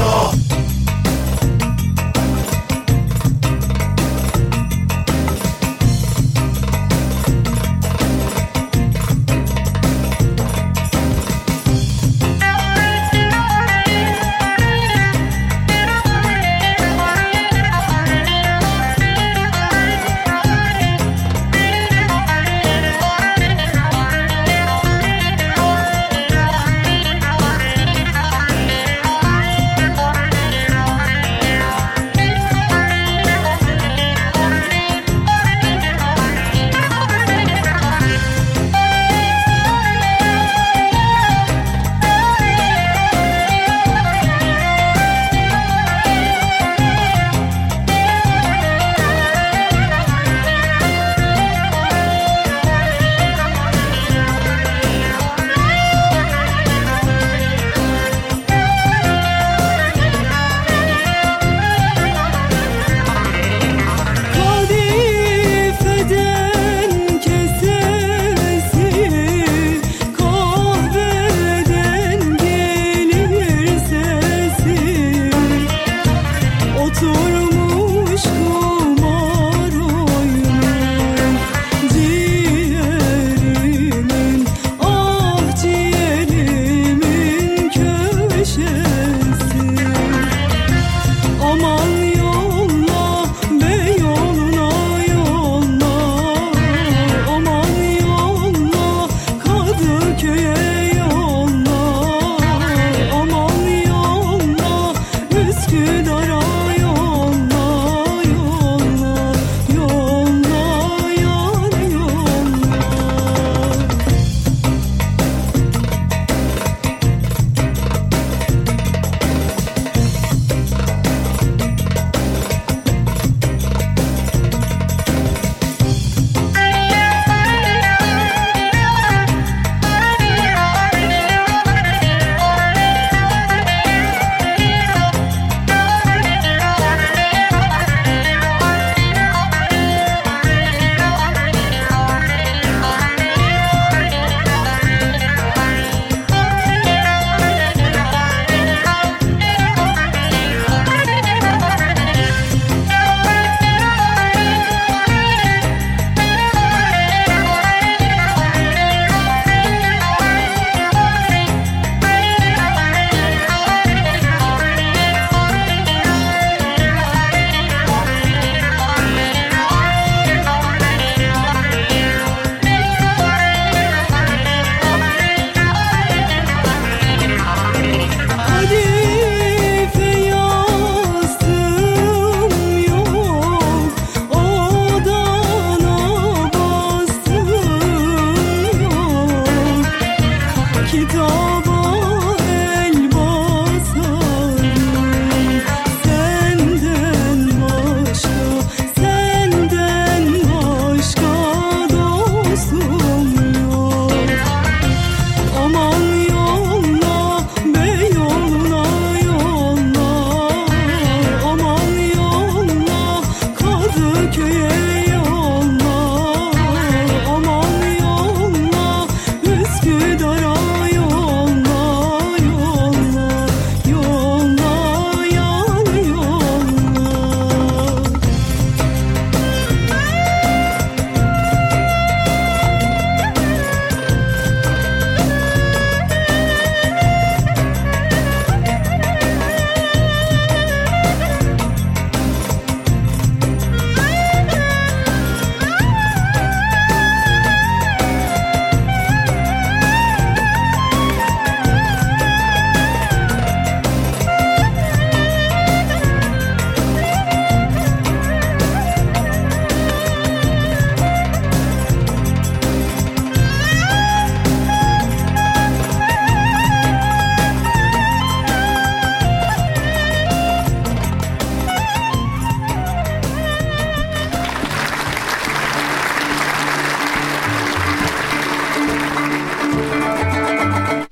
Üsküdar'a yolla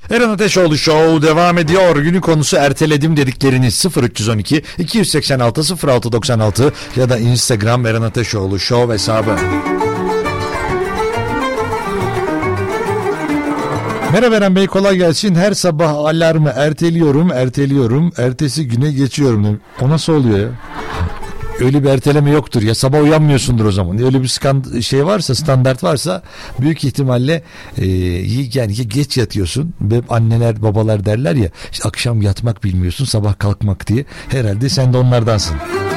Eren Ateşoğlu Show devam ediyor. Günün konusu erteledim dedikleriniz sıfır üç on iki iki yüz seksen altı sıfır altı doksan altı ya da Instagram Eren Ateşoğlu Show hesabı. Merhaba Eren Bey, kolay gelsin. Her sabah alarmı erteliyorum, erteliyorum, ertesi güne geçiyorum. O nasıl oluyor ya? Öyle bir erteleme yoktur ya, sabah uyanmıyorsundur o zaman. Öyle bir skand şey varsa, standart varsa büyük ihtimalle e, yani geç yatıyorsun. Hep anneler babalar derler ya, işte akşam yatmak bilmiyorsun, sabah kalkmak diye. Herhalde sen de onlardansın.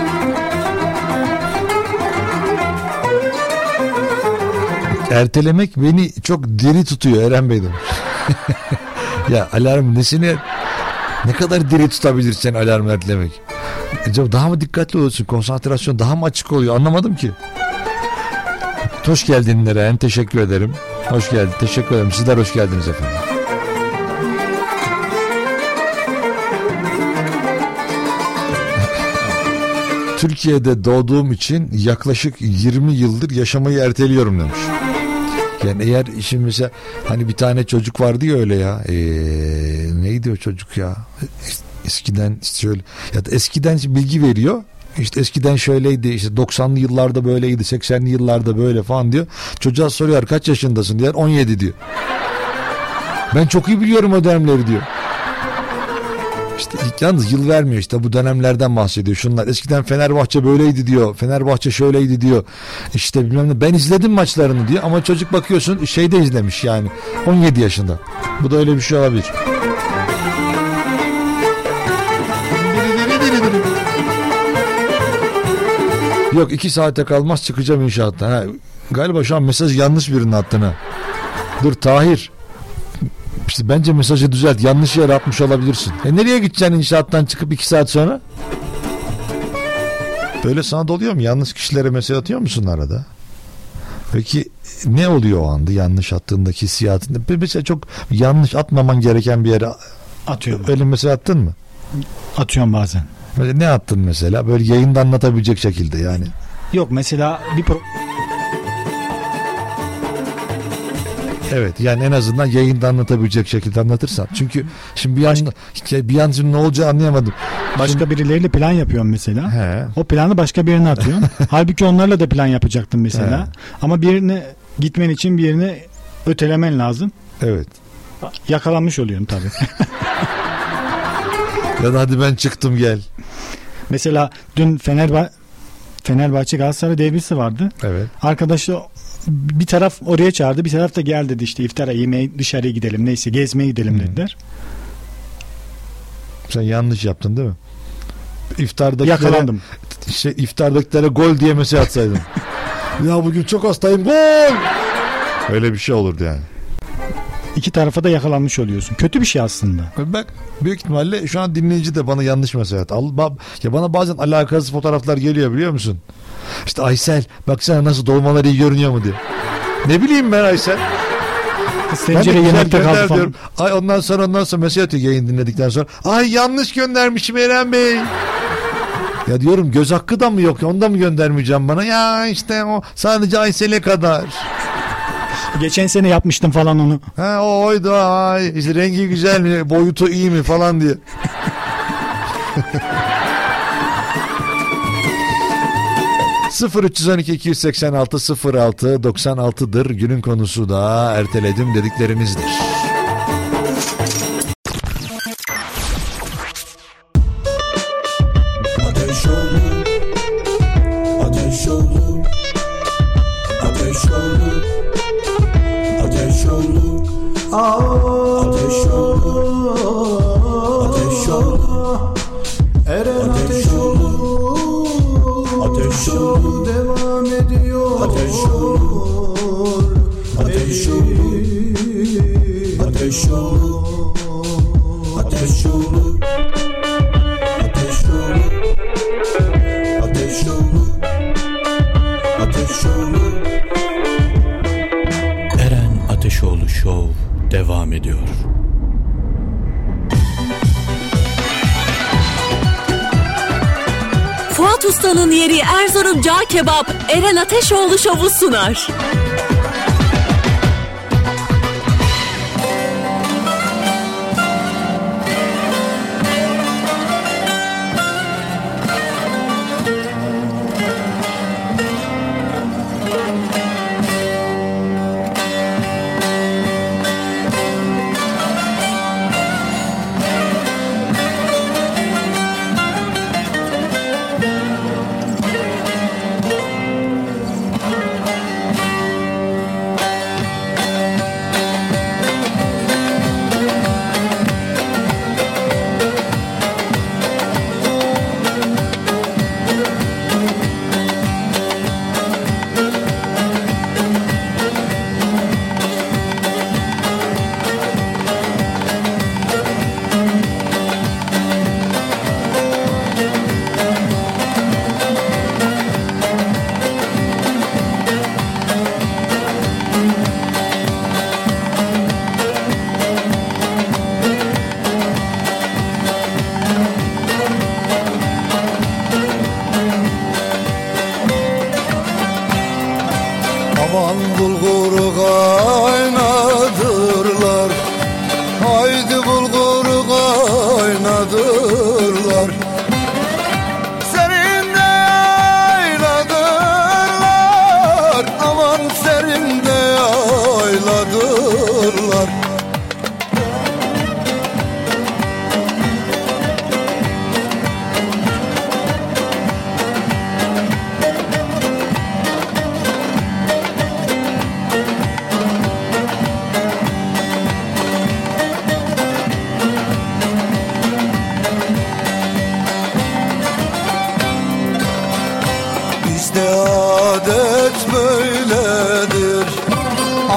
Ertelemek beni çok diri tutuyor Eren Bey demiş. Ya alarm nesini, ne kadar diri tutabilir sen alarmı ertelemek? Acaba daha mı dikkatli oluyorsun? Konsantrasyon daha mı açık oluyor? Anlamadım ki. Hoş geldin Eren. Teşekkür ederim. Hoş geldin. Teşekkür ederim. Sizler hoş geldiniz efendim. Türkiye'de doğduğum için yaklaşık yirmi yıldır yaşamayı erteliyorum demiş. Yani eğer işin mesela hani bir tane çocuk vardı ya öyle ya. Ee, neydi o çocuk ya? Eskiden işte şöyle ya da eskiden bilgi veriyor. İşte eskiden şöyleydi, işte doksanlı yıllarda böyleydi, seksenli yıllarda böyle falan diyor. Çocuğa soruyor kaç yaşındasın diyor. on yedi diyor. Ben çok iyi biliyorum o dönemleri diyor. İşte yalnız yıl vermiyor, işte bu dönemlerden bahsediyor. Şunlar eskiden Fenerbahçe böyleydi diyor. Fenerbahçe şöyleydi diyor. İşte bilmem ne, ben izledim maçlarını diyor ama çocuk bakıyorsun şeyde izlemiş yani on yedi yaşında. Bu da öyle bir şey olabilir. Yok iki saate kalmaz çıkacağım inşaattan. Ha, galiba şu an mesaj yanlış birinin attığına. Dur Tahir. İşte bence mesajı düzelt. Yanlış yere atmış olabilirsin. E nereye gideceksin inşaattan çıkıp iki saat sonra? Böyle sana da oluyor mu? Yanlış kişilere mesaj atıyor musun arada? Peki ne oluyor o anda yanlış attığındaki hissiyatında? Mesela çok yanlış atmaman gereken bir yere atıyorum. Öyle mesaj attın mı? Atıyorum bazen. Mesela ne attın mesela? Böyle yayında anlatabilecek şekilde yani. Yok mesela bir pro... Evet yani en azından yayında anlatabilecek şekilde anlatırsan. Çünkü şimdi bir Başka... an bir an şimdi ne olacağı anlayamadım. Başka şimdi... birileriyle plan yapıyorum mesela. He. O planı başka birine atıyorum. Halbuki onlarla da plan yapacaktım mesela. He. Ama birine gitmen için birini ötelemen lazım. Evet. Yakalanmış oluyorum tabii. Ya da hadi ben çıktım gel. Mesela dün Fenerbahçe Fenerbahçe Galatasaray derbisi vardı. Evet. Arkadaşı bir taraf oraya çağırdı, bir taraf da gel dedi, işte iftara yemeğe dışarıya gidelim, neyse gezmeye gidelim hmm. dediler. Sen yanlış yaptın değil mi? İftardakilere, yakalandım. Şey, iftardakilere gol diye mesaj atsaydın. Ya bugün çok hastayım, gol! Öyle bir şey olurdu yani. İki tarafa da yakalanmış oluyorsun. Kötü bir şey aslında. Bak büyük ihtimalle şu an dinleyici de bana yanlış mesaj at. Ya bana bazen alakasız fotoğraflar geliyor biliyor musun? İşte Aysel baksana nasıl dolmalar iyi görünüyor mu diye. Ne bileyim ben Aysel. Tencere yemekte kaldı falan. Ay ondan sonra ondan sonra mesaj atıyor yayın dinledikten sonra. Ay yanlış göndermişim Eren Bey. Ya diyorum göz hakkı da mı yok? Onu da mı göndermeyeceğim bana? Ya işte o sadece Aysel'e kadar. Geçen sene yapmıştım falan onu. Ha o oydu, ay işte rengi güzel mi, boyutu iyi mi falan diye. sıfır üç on iki iki yüz seksen altı sıfır altı doksan altı'dır günün konusu da erteledim dediklerinizdir. Ateş olur, ateş olur, ateş olur, ateş olur, ateş olur, ateş olur, Eren ateş olur, ateş olur, devam ediyor, ateş olur, ateş olur, ateş olur, ateş olur, ateş olur, ateş olur, ateş olur. Eren Ateşoğlu Show devam ediyor. Fuat Usta'nın yeri Erzurum Cağ Kebap Eren Ateşoğlu Show'u sunar.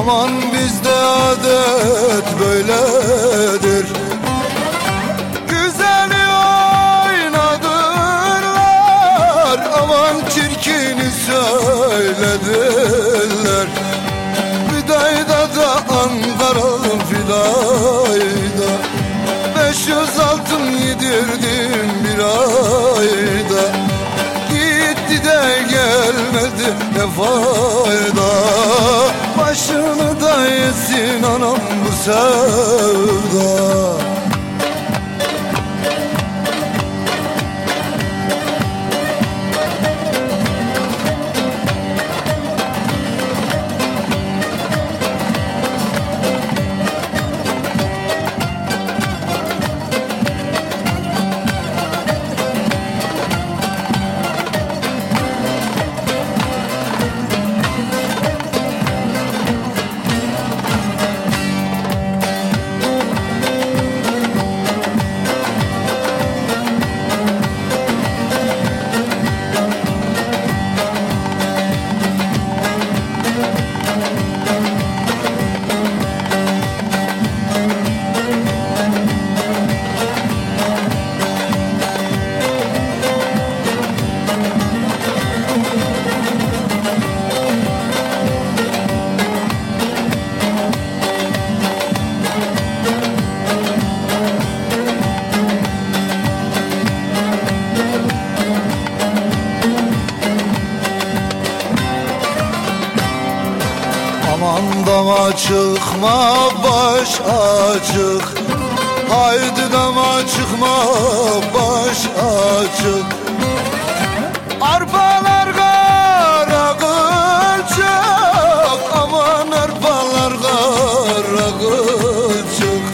Aman bizde adet böyledir. Güzeli oynadırlar, aman çirkini söylediler. Fidayda da Ankaralı fidayda, beş yüz altın yedirdim bir ayda. Gitti de gelmedi ne fayda, başını da yesin anam bu sevda. Dama çıkma baş açık, haydi dama çıkma baş açık. Arpalar kara kılçık, aman arpalar kara kılçık.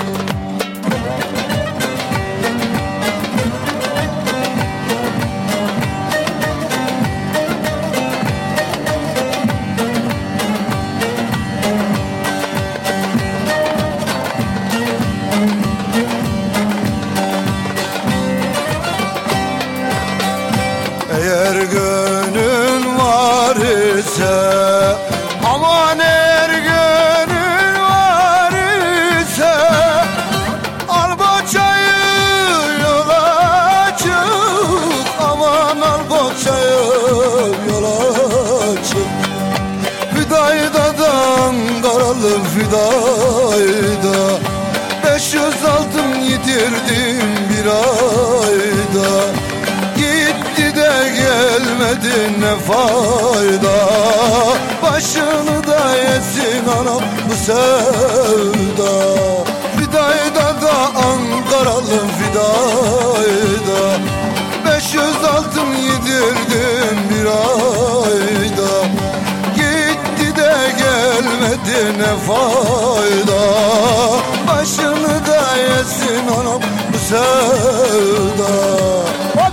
Eğer gönül var ise, aman eğer gönül var ise, al boçayı yola çık, aman al boçayı yola çık. Fidayda da Ankaralı fidayda, beş yüz altın yedirdim bir ayda. Gitti de gelmedi ne fayda, başını da yesin anam bu sevda. Fidayda da Ankaralı fidayda, beş yüz altın yedirdim bir ayda. Gitti de gelmedi ne fayda, başını da yesin anam bu sevda. Hop!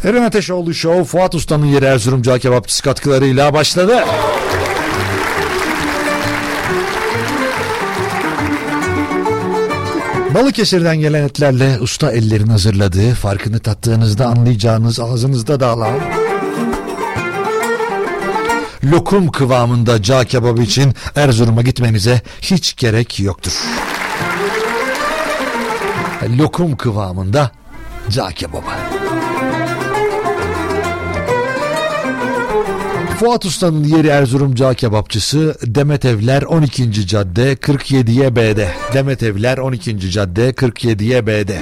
Eren Ateşoğlu Show Fuat Usta'nın yeri Erzurum Cağ Kebapçısı katkılarıyla başladı. Balıkesir'den gelen etlerle usta ellerin hazırladığı, farkını tattığınızda anlayacağınız, ağzınızda dağılan lokum kıvamında cağ kebabı için Erzurum'a gitmenize hiç gerek yoktur. Lokum kıvamında cağ kebabı. Fuat Usta'nın yeri Erzurum Cağ Kebapçısı Demet Evler on ikinci Cadde kırk yediye B'de. Demet Evler on ikinci Cadde kırk yediye B'de.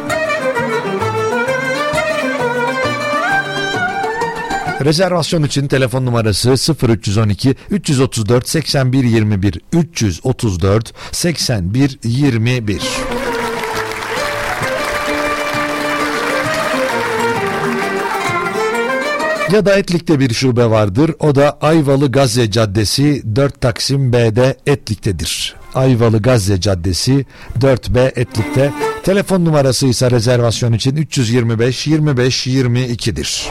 Rezervasyon için telefon numarası sıfır üç on iki üç otuz dört seksen bir yirmi bir üç otuz dört seksen bir yirmi bir. Ya da Etlik'te bir şube vardır. O da Ayvalı Gazze Caddesi dört Taksim B'de Etlik'tedir. Ayvalı Gazze Caddesi dört B Etlik'te. Telefon numarası ise rezervasyon için üç yüz yirmi beş yirmi beş yirmi iki'dir.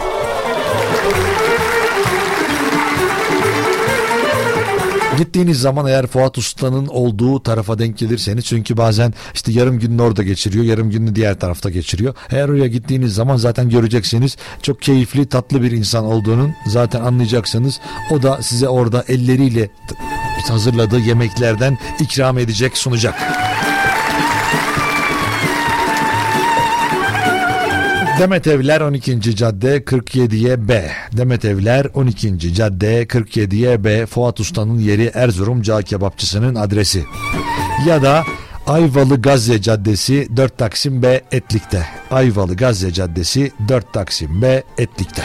Gittiğiniz zaman eğer Fuat Usta'nın olduğu tarafa denk gelirseniz, çünkü bazen işte yarım gününü orada geçiriyor, yarım gününü diğer tarafta geçiriyor. Eğer oraya gittiğiniz zaman zaten göreceksiniz, çok keyifli, tatlı bir insan olduğunun zaten anlayacaksınız. O da size orada elleriyle hazırladığı yemeklerden ikram edecek, sunacak. Demet Evler on ikinci Cadde kırk yediye B. Demet Evler on ikinci Cadde kırk yediye B. Fuat Usta'nın yeri Erzurum Cağ Kebapçısının adresi. Ya da Ayvalı Gazze Caddesi dört Taksim B Etlik'te. Ayvalı Gazze Caddesi dört Taksim B Etlik'te.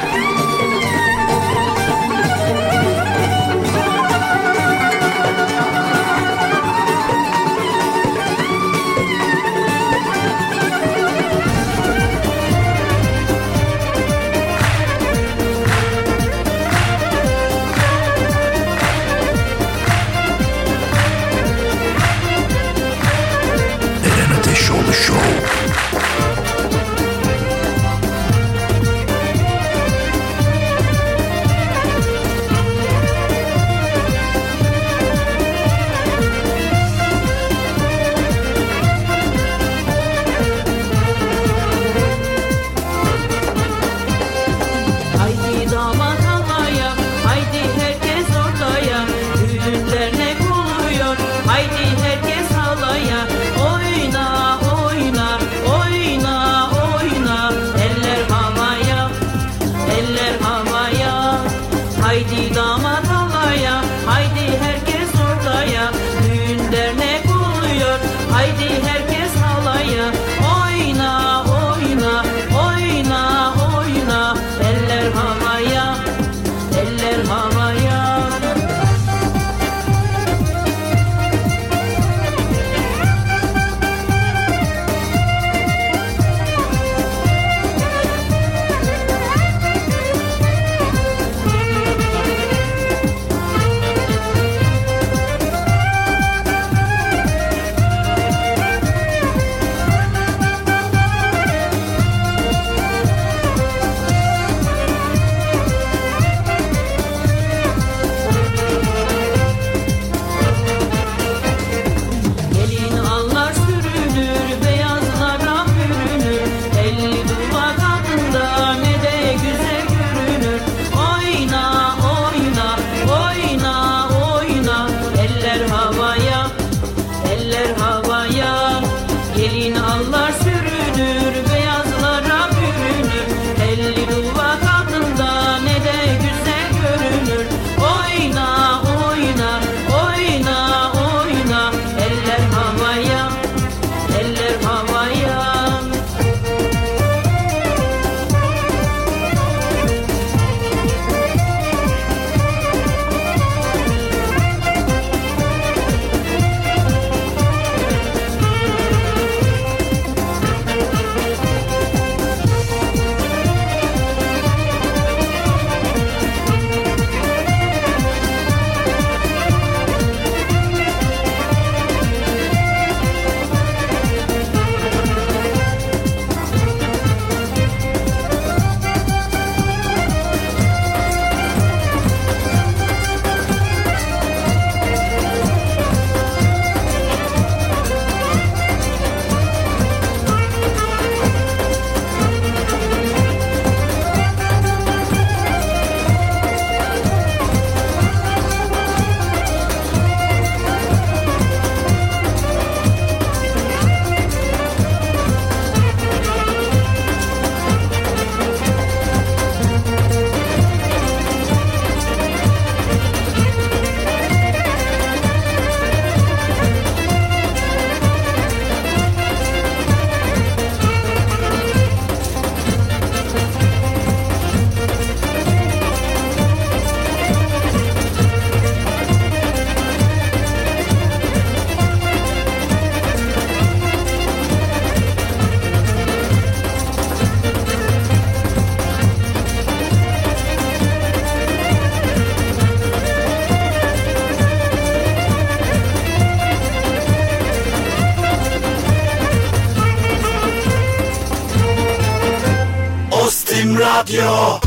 Radyo.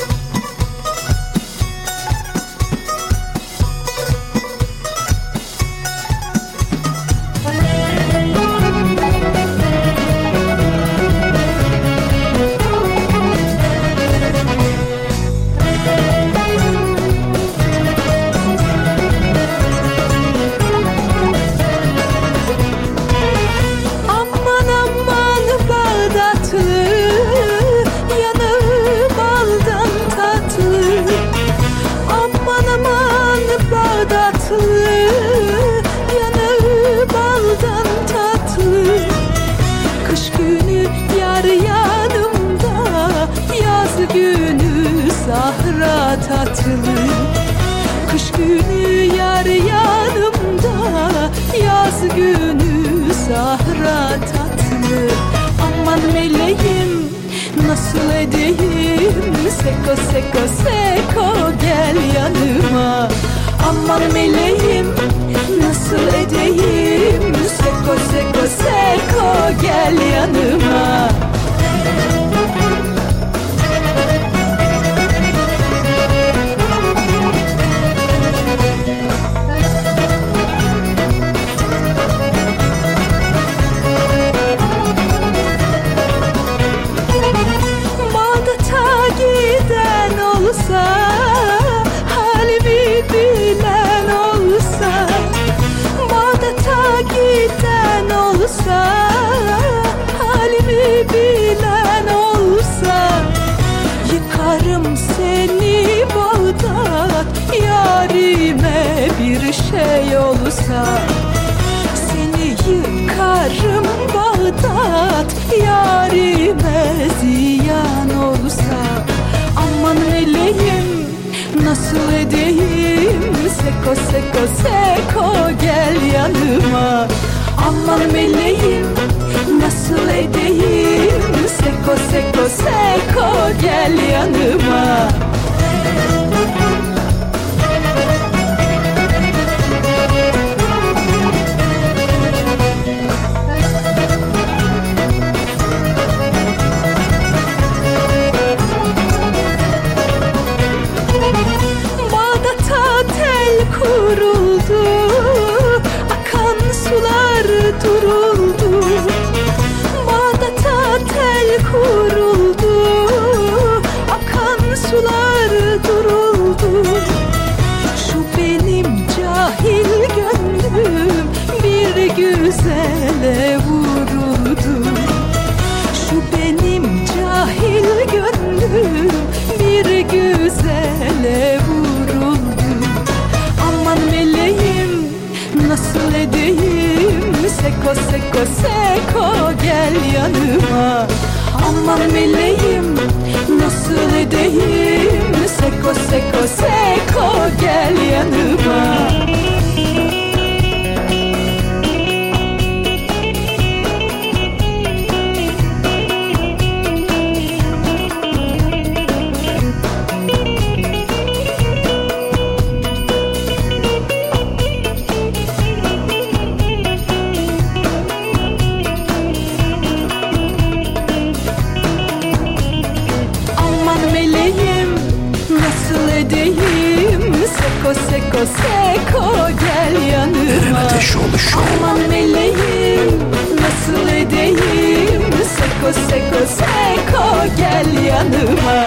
Sahra tatlı, kış günü yar yanımda, yaz günü sahra tatlı. Aman meleğim nasıl edeyim, seko seko seko gel yanıma. Aman meleğim nasıl edeyim, seko seko seko gel yanıma. Halimi bilen olsa, Bağdat'a giden olsa, halimi bilen olsa, yıkarım seni Bağdat, yarime bir şey olsa. Seni yıkarım Bağdat, yarime ziyan olsa. Aman meleğim nasıl edeyim, seko seko seko gel yanıma. Aman meleğim nasıl edeyim, seko seko seko gel yanıma. Kuruldu, akan sular duruldu. Bağdat'a tel kuruldu, akan sular duruldu. Şu benim cahil gönlüm bir güzele vuruldu. Şu benim cahil gönlüm bir güzele vuruldu. Aman meleğim nasıl edeyim, seko seko seko gel yanıma. Aman meleğim nasıl edeyim, seko seko seko gel yanıma. Seko seko seko gel yanıma. Aman meleğim nasıl edeyim, seko seko seko gel yanıma.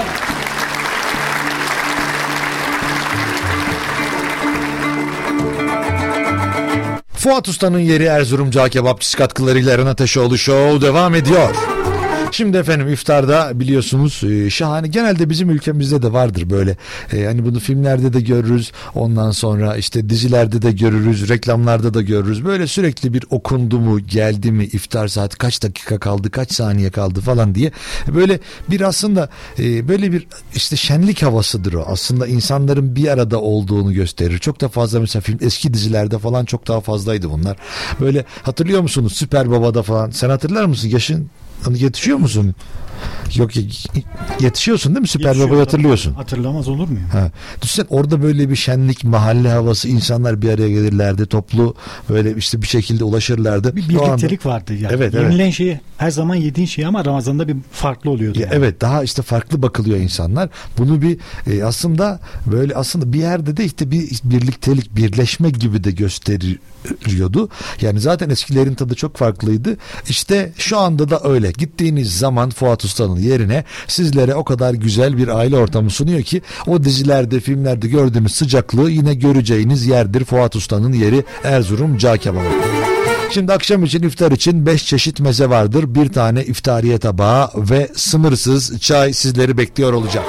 Fuat Usta'nın yeri Erzurum Cağ Kebapçısı katkılarıyla Eren Ateşoğlu Show devam ediyor. Şimdi efendim iftarda biliyorsunuz e, şahane, genelde bizim ülkemizde de vardır böyle e, hani bunu filmlerde de görürüz, ondan sonra işte dizilerde de görürüz, reklamlarda da görürüz, böyle sürekli bir okundu mu, geldi mi iftar saati, kaç dakika kaldı, kaç saniye kaldı falan diye böyle bir aslında e, böyle bir işte şenlik havasıdır o, aslında insanların bir arada olduğunu gösterir. Çok da fazla mesela film, eski dizilerde falan çok daha fazlaydı bunlar. Böyle hatırlıyor musunuz Süper Baba'da falan, sen hatırlar mısın, yaşın hani yetişiyor musun? Yok yetişiyorsun değil mi? Süper Baba'yı hatırlıyorsun. Hatırlamaz olur muyum? Ha. Düşünsene orada böyle bir şenlik, mahalle havası, insanlar bir araya gelirlerdi. Toplu böyle işte bir şekilde ulaşırlardı. Bir birliktelik anda vardı yani. Evet, Yenilen evet. şeyi her zaman yediğin şey ama Ramazan'da bir farklı oluyordu. Ya yani. Evet, daha işte farklı bakılıyor insanlar. Bunu bir e, aslında böyle aslında bir yerde de işte bir birliktelik, birleşme gibi de gösteriyordu. Yani zaten eskilerin tadı çok farklıydı. İşte şu anda da öyle. Gittiğiniz zaman Fuat Usta'nın yerine sizlere o kadar güzel bir aile ortamı sunuyor ki o dizilerde, filmlerde gördüğünüz sıcaklığı yine göreceğiniz yerdir. Fuat Usta'nın yeri Erzurum Cağ Kebabı. Şimdi akşam için, iftar için beş çeşit meze vardır. Bir tane iftariye tabağı ve sınırsız çay sizleri bekliyor olacak.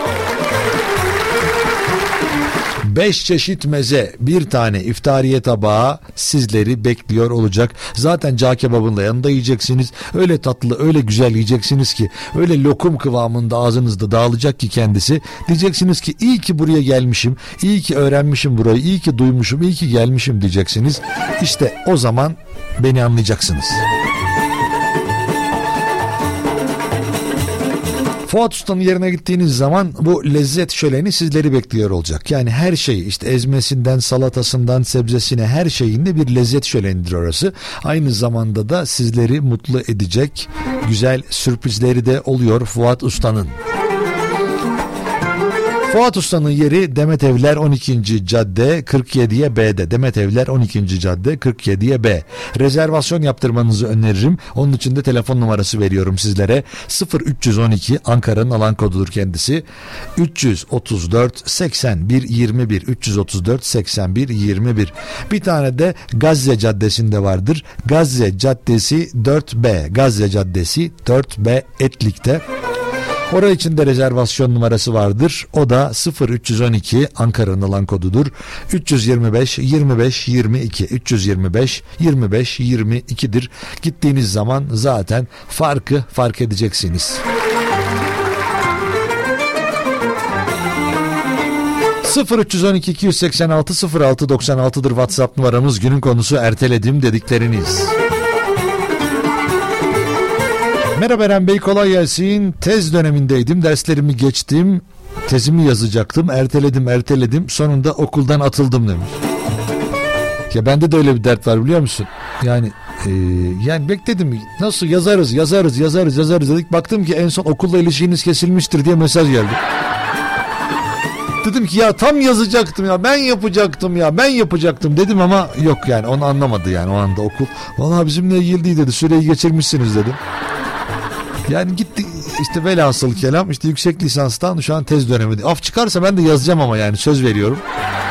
Beş çeşit meze, bir tane iftariye tabağı sizleri bekliyor olacak. Zaten cağ kebabınla yanında yiyeceksiniz. Öyle tatlı, öyle güzel yiyeceksiniz ki, öyle lokum kıvamında ağzınızda dağılacak ki kendisi. Diyeceksiniz ki iyi ki buraya gelmişim, iyi ki öğrenmişim burayı, iyi ki duymuşum, iyi ki gelmişim diyeceksiniz. İşte o zaman beni anlayacaksınız. Fuat Usta'nın yerine gittiğiniz zaman bu lezzet şöleni sizleri bekliyor olacak. Yani her şey, işte ezmesinden salatasından sebzesine, her şeyinde bir lezzet şölenidir orası. Aynı zamanda da sizleri mutlu edecek güzel sürprizleri de oluyor Fuat Usta'nın. Fuat Usta'nın yeri Demet Evler on ikinci cadde kırk yediye B'de. Demet Evler on ikinci cadde kırk yediye B. Rezervasyon yaptırmanızı öneririm. Onun için de telefon numarası veriyorum sizlere. sıfır üç on iki Ankara'nın alan kodudur kendisi. üç yüz otuz dört seksen bir yirmi bir üç yüz otuz dört seksen bir yirmi bir. Bir tane de Gazze Caddesi'nde vardır. Gazze Caddesi dört B. Gazze Caddesi dört B Etlik'te. Orası için de rezervasyon numarası vardır. O da sıfır üç on iki Ankara'nın alan kodudur. üç yüz yirmi beş yirmi beş yirmi iki üç yüz yirmi beş yirmi beş yirmi iki'dir. Gittiğiniz zaman zaten farkı fark edeceksiniz. sıfır üç on iki iki yüz seksen altı sıfır altı doksan altı'dır WhatsApp numaramız. Günün konusu erteledim dedikleriniz. Merhaba Eren Bey, kolay gelsin. Tez dönemindeydim, derslerimi geçtim, tezimi yazacaktım, erteledim erteledim sonunda okuldan atıldım demiş. Ya bende de öyle bir dert var biliyor musun? Yani e, yani bekledim, nasıl yazarız yazarız yazarız yazarız dedik, baktım ki en son okulla ilişkiniz kesilmiştir diye mesaj geldi. Dedim ki ya tam yazacaktım ya, ben yapacaktım ya ben yapacaktım dedim ama yok, yani onu anlamadı yani o anda okul. Vallahi bizimle ilgili değil dedi, süreyi geçirmişsiniz dedim. Yani gitti işte, velhasıl kelam işte yüksek lisanstan şu an tez döneminde. Af çıkarsa ben de yazacağım ama yani söz veriyorum.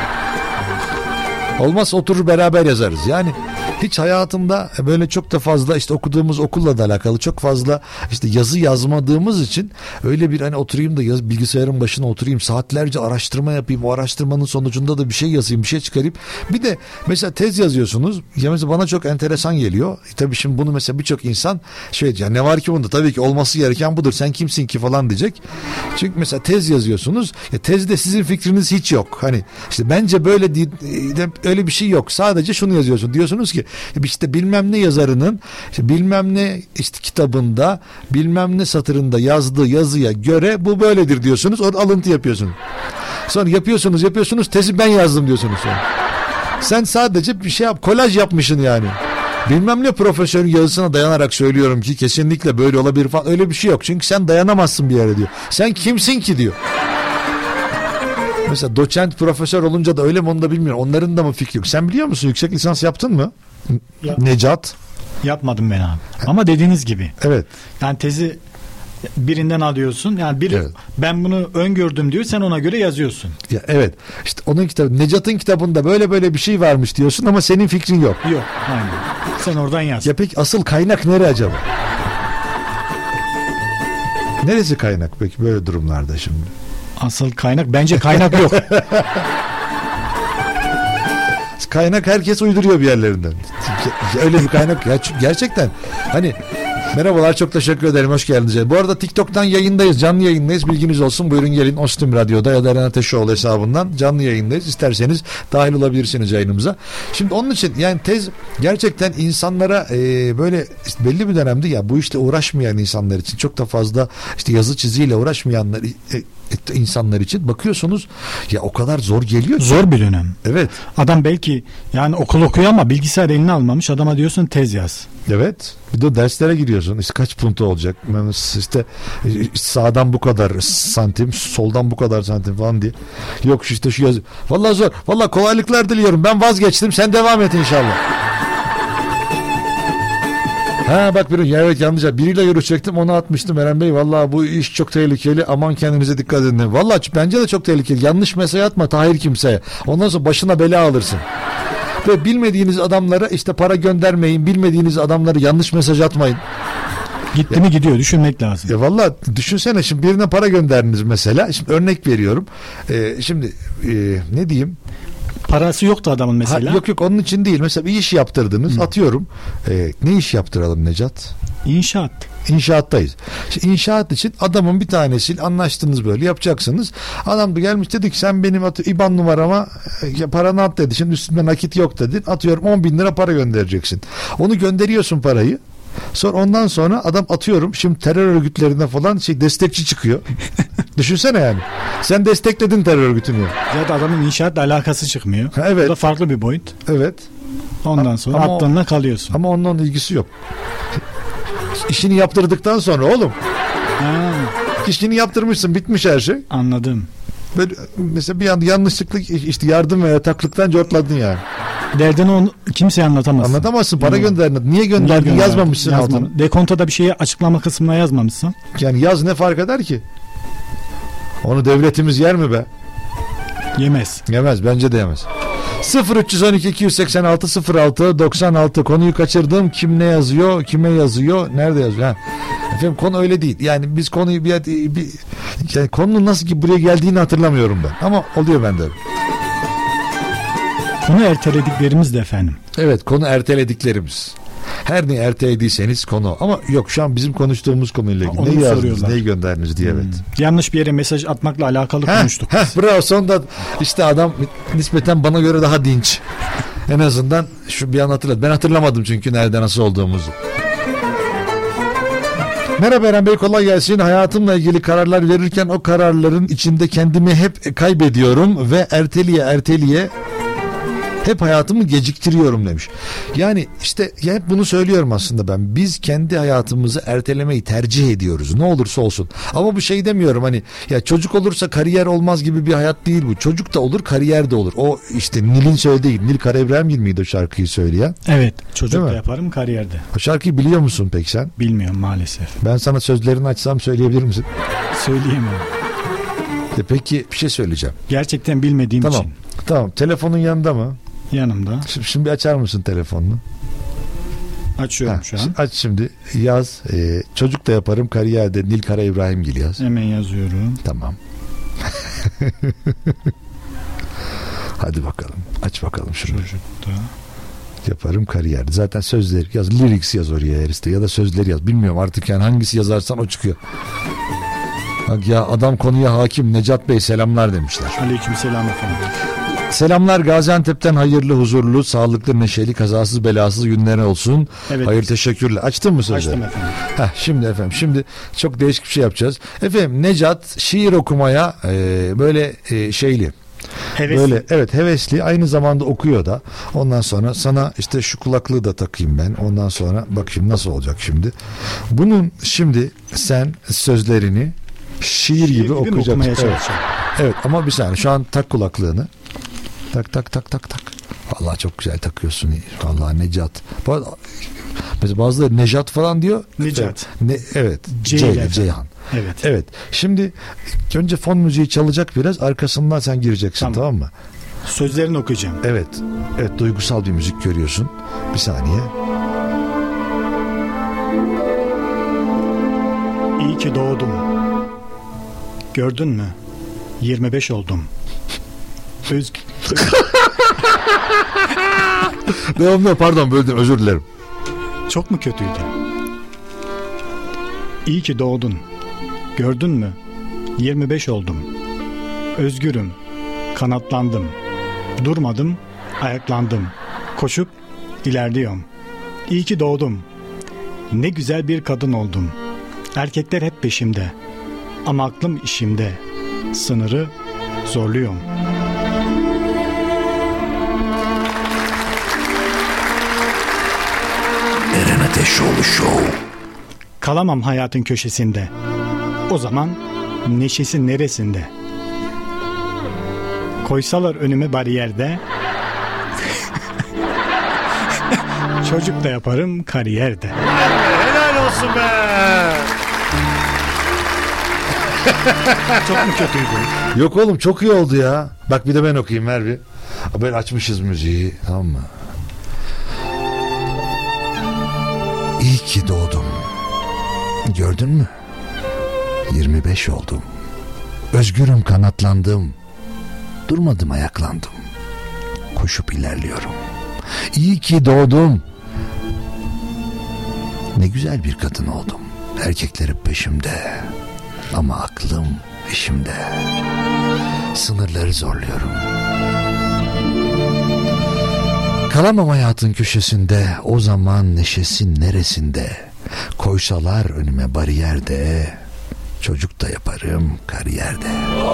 Olmaz oturur beraber yazarız. Yani hiç hayatımda böyle çok da fazla işte okuduğumuz okulla da alakalı çok fazla işte yazı yazmadığımız için öyle bir hani oturayım da yaz, bilgisayarın başına oturayım saatlerce araştırma yapayım, o araştırmanın sonucunda da bir şey yazayım, bir şey çıkarayım. Bir de mesela tez yazıyorsunuz ya, mesela bana çok enteresan geliyor. E tabii şimdi bunu mesela birçok insan şey ya ne var ki bunda, tabii ki olması gereken budur, sen kimsin ki falan diyecek. Çünkü mesela tez yazıyorsunuz ya, tezde sizin fikriniz hiç yok. Hani işte bence böyle değil, öyle bir şey yok. Sadece şunu yazıyorsun. Diyorsunuz ki işte bilmem ne yazarının işte bilmem ne işte kitabında bilmem ne satırında yazdığı yazıya göre bu böyledir diyorsunuz. Orada alıntı yapıyorsunuz. Sonra yapıyorsunuz yapıyorsunuz tezi ben yazdım diyorsunuz sonra. Sen sadece bir şey yap, kolaj yapmışsın yani. Bilmem ne profesörün yazısına dayanarak söylüyorum ki kesinlikle böyle olabilir falan, öyle bir şey yok. Çünkü sen dayanamazsın bir yere diyor. Sen kimsin ki diyor. Mesela doçent, profesör olunca da öyle mi onu da bilmiyorum. Onların da mı fikri yok? Sen biliyor musun? Yüksek lisans yaptın mı? Ya, Necat? Yapmadım ben abi. Ama dediğiniz gibi. Evet. Yani tezi birinden alıyorsun. Yani biri evet. Ben bunu öngördüm diyor. Sen ona göre yazıyorsun. Ya evet. İşte onun kitabı, Necat'ın kitabında böyle böyle bir şey varmış diyorsun ama senin fikrin yok. Yok. Aynen. Sen oradan yaz. Ya peki asıl kaynak nere acaba? Neresi kaynak peki böyle durumlarda şimdi? Asıl kaynak bence kaynak yok. Kaynak herkes uyduruyor bir yerlerinden. Öyle bir kaynak ya, gerçekten hani Merhabalar, çok teşekkür ederim. Hoş geldiniz. Bu arada TikTok'tan yayındayız. Canlı yayındayız. Bilginiz olsun. Buyurun gelin. Ostim Radyo'da ya da Eren Ateşoğlu hesabından canlı yayındayız. İsterseniz dahil olabilirsiniz yayınımıza. Şimdi onun için yani tez gerçekten insanlara e, böyle işte belli bir dönemde ya bu işle uğraşmayan insanlar için çok da fazla işte yazı çiziyle uğraşmayanlar e, insanlar için bakıyorsunuz ya o kadar zor geliyor. Zor bir dönem. Evet. Adam belki yani okul okuyor ama bilgisayar eline almamış. Adama diyorsun tez yaz. Evet. Bir de derslere giriyorsun. İşte kaç punto olacak? İşte sağdan bu kadar santim, soldan bu kadar santim falan diye. Yok işte şu yaz. Vallahi zor. Vallahi kolaylıklar diliyorum. Ben vazgeçtim. Sen devam et inşallah. Ha bak bir evet yanlış. Biriyle görüşecektim, onu atmıştım Eren Bey. Vallahi bu iş çok tehlikeli. Aman kendinize dikkat edin. Vallahi bence de çok tehlikeli. Yanlış mesaj atma Tahir kimseye. Ondan sonra başına bela alırsın. Ve bilmediğiniz adamlara işte para göndermeyin. Bilmediğiniz adamlara yanlış mesaj atmayın. Gitti ya, mi gidiyor, düşünmek lazım. Ya vallahi düşünsene şimdi birine para gönderdiniz mesela. Şimdi örnek veriyorum. Ee, şimdi e, ne diyeyim? Parası yoktu adamın mesela. Ha, yok yok onun için değil. Mesela bir iş yaptırdınız. Hmm. Atıyorum. E, ne iş yaptıralım Necat? İnşaat. İnşaattayız. Şimdi inşaat için adamın bir tanesiyle anlaştınız, böyle yapacaksınız. Adam da gelmiş dedi ki sen benim atı, İ B A N numarama ya, paranı at dedi. Şimdi üstünde nakit yok dedi. Atıyorum on bin lira para göndereceksin. Onu gönderiyorsun parayı. Sonra ondan sonra adam atıyorum şimdi terör örgütlerine falan şey destekçi çıkıyor. Düşünsene yani. Sen destekledin terör örgütünü. Zaten adamın inşaatla alakası çıkmıyor. Ha, evet. Bu da farklı bir boyut. Evet. Ondan sonra ama aklınla kalıyorsun. Ama onunla ilgisi yok. İşini yaptırdıktan sonra oğlum. Ha. İşini yaptırmışsın, bitmiş her şey. Anladım. Böyle mesela bir anda yanlışlıkla işte yardım ve yataklıktan cortladın yani. Derdini onu kimseye anlatamazsın. Anlatamazsın. Para gönderdin. Niye gönderdin? Yazmamışsın altına. Dekontada bir şeyi açıklama kısmına yazmamışsın. Yani yaz, ne fark eder ki? Onu devletimiz yer mi be? Yemez. Yemez. Bence de yemez. sıfır üç on iki iki seksen altı sıfır altı doksan altı konuyu kaçırdım. Kim ne yazıyor? Kime yazıyor? Nerede yazıyor? Ha. Efendim konu öyle değil. Yani biz konuyu bir, bir yani konunun nasıl ki buraya geldiğini hatırlamıyorum ben. Ama oluyor bende. Konu ertelediklerimiz de efendim. Evet, konu ertelediklerimiz. Her ne ertelediyseniz konu. Ama yok şu an bizim konuştuğumuz konuyla ilgili. Ne yazdınız, neyi gönderdiniz diye. Hmm. Evet. Yanlış bir yere mesaj atmakla alakalı heh, konuştuk. Heh, bravo, sonunda işte adam nispeten bana göre daha dinç. En azından şu bir an hatırladım. Ben hatırlamadım çünkü nerede nasıl olduğumuzu. Merhaba Eren Bey, kolay gelsin. Hayatımla ilgili kararlar verirken o kararların içinde kendimi hep kaybediyorum ve erteliye erteliye hep hayatımı geciktiriyorum demiş. Yani işte ya hep bunu söylüyorum aslında ben. Biz kendi hayatımızı ertelemeyi tercih ediyoruz. Ne olursa olsun. Ama bu şey demiyorum hani ya çocuk olursa kariyer olmaz gibi bir hayat değil bu. Çocuk da olur, kariyer de olur. O işte Nil'in söylediği, Nil Karaebrahimgil miydi o şarkıyı söyleyen? Evet. Çocuk da yaparım, kariyerde. O şarkıyı biliyor musun peki sen? Bilmiyorum maalesef. Ben sana sözlerini açsam söyleyebilir misin? Söyleyemem. E peki bir şey söyleyeceğim. Gerçekten bilmediğim tamam. için. Tamam. Telefonun yanında mı? Yanımda. Şimdi, şimdi açar mısın telefonunu? Açıyorum ha, şu an. Aç şimdi. Yaz. E, çocuk da yaparım kariyerde Nil Karaebrahimgil yaz. Hemen yazıyorum. Tamam. Hadi bakalım. Aç bakalım şunu. Çocukta yaparım kariyerde. Zaten sözleri yaz. Lyrics yaz oraya heriste. Ya da sözleri yaz. Bilmiyorum artık yani hangisi yazarsan o çıkıyor. Bak ya adam konuya hakim. Necat Bey selamlar demişler. Aleykümselam efendim. Selamlar, Gaziantep'ten hayırlı, huzurlu, sağlıklı, neşeli, kazasız, belasız günler olsun. Evet. Hayır, teşekkürler. Açtın mı sözleri? Açtım efendim. Heh, şimdi efendim, şimdi çok değişik bir şey yapacağız. Efendim Necat şiir okumaya e, böyle e, şeyli. Hevesli. Böyle evet hevesli, aynı zamanda okuyor da. Ondan sonra sana işte şu kulaklığı da takayım ben. Ondan sonra bakayım nasıl olacak şimdi. Bunun şimdi sen sözlerini şiir, şiir gibi, gibi okuyacaksın. Evet. Evet ama bir saniye şu an tak kulaklığını. Tak tak tak tak tak. Vallahi çok güzel takıyorsun. Vallahi Necat. Mesela bazıları Necat falan diyor. Necat. Ne, evet. C ile Ceyhan. Evet. Evet. Şimdi önce fon müziği çalacak biraz. Arkasından sen gireceksin, tamam, tamam mı? Sözlerini okuyacağım. Evet. Evet, duygusal bir müzik görüyorsun. Bir saniye. İyi ki doğdum. Gördün mü? yirmi beş oldum. Özgür. Devamlı pardon böldüm, özür dilerim. Çok mu kötüydü? İyi ki doğdun. Gördün mü? yirmi beş oldum. Özgürüm. Kanatlandım. Durmadım, ayaklandım. Koşup ilerliyorum. İyi ki doğdum. Ne güzel bir kadın oldum. Erkekler hep peşimde. Ama aklım işimde. Sınırı zorluyorum. Eren Ateşoğlu Show. Kalamam hayatın köşesinde. O zaman neşesi neresinde? Koysalar önüme bariyerde. Çocuk da yaparım kariyerde. Helal olsun be. Çok mu kötüydü? Yok oğlum, çok iyi oldu ya. Bak bir de ben okuyayım, ver bir. Böyle açmışız müziği, tamam mı? İyi ki doğdum. Gördün mü? yirmi beş oldum. Özgürüm, kanatlandım. Durmadım, ayaklandım. Koşup ilerliyorum. İyi ki doğdum. Ne güzel bir kadın oldum. Erkekler hep peşimde. Ama aklım işimde. Sınırları zorluyorum. Kalamam hayatın köşesinde. O zaman neşesin neresinde? Koysalar önüme bariyerde. Çocuk da yaparım kariyerde.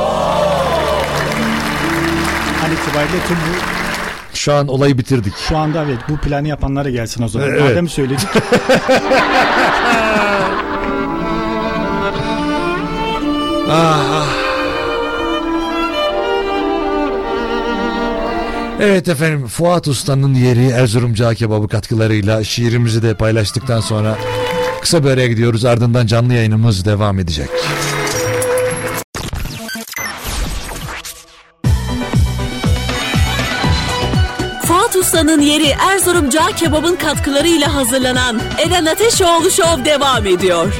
Hani itibariyle tüm bu... Şu an olayı bitirdik. Şu anda evet, bu planı yapanlara gelsin o zaman. Evet. Madem söyledik. Ah. Evet efendim, Fuat Usta'nın yeri Erzurum Cağ Kebabı katkılarıyla şiirimizi de paylaştıktan sonra kısa bir araya gidiyoruz, ardından canlı yayınımız devam edecek. Fuat Usta'nın yeri Erzurum Cağ Kebab'ın katkılarıyla hazırlanan Eren Ateşoğlu Show devam ediyor.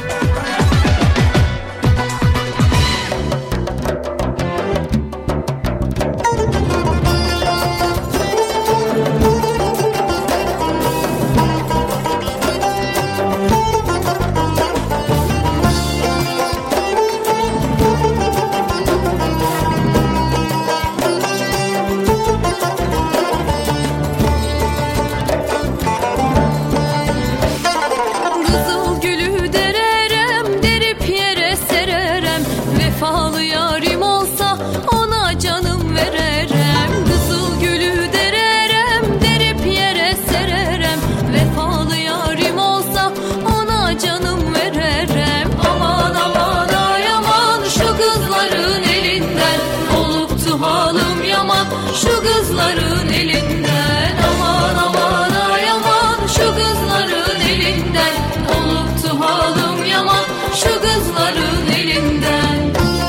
Şu kızların elinden aman aman ay aman, şu kızların elinden olup halim yaman, şu kızların elinden.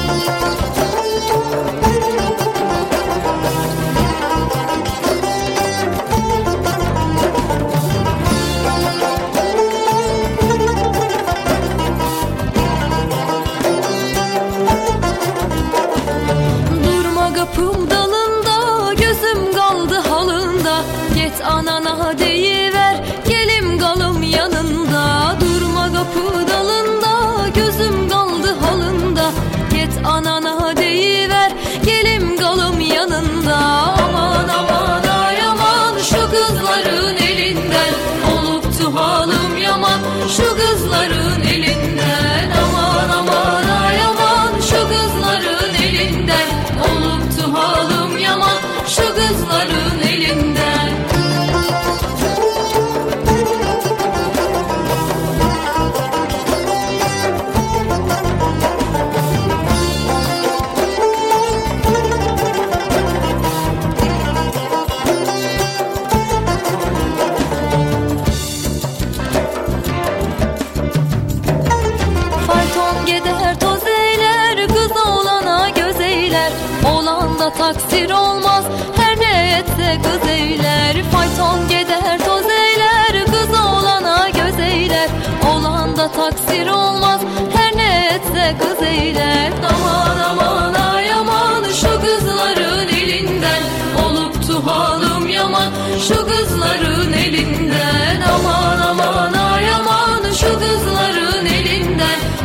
Durma kapım dalında, gözüm kaldı halında. Git anana deyiver, gelim kalım yanında. Durma kapı dalında, gözüm kaldı halında. Git anana deyiver, gelim kalım yanında. Aman aman ay aman, şu kızların elinden olup halim yaman, şu kızların elinden. Aman aman ay aman, şu kızların elinden olup halim yaman, şu kızların elinden. Fayton gider toz eyler, kız oğlana göz eyler. Oğlanda taksir olmaz, her ne etse kız eyler. Fayton gider toz eyler, kız oğlana göz eyler. Oğlanda taksir olmaz, her ne etse kız eyler. Aman aman ay aman, şu kızların elinden olup halim yaman, şu kızların elinden. Aman aman ay aman, şu kızların elinden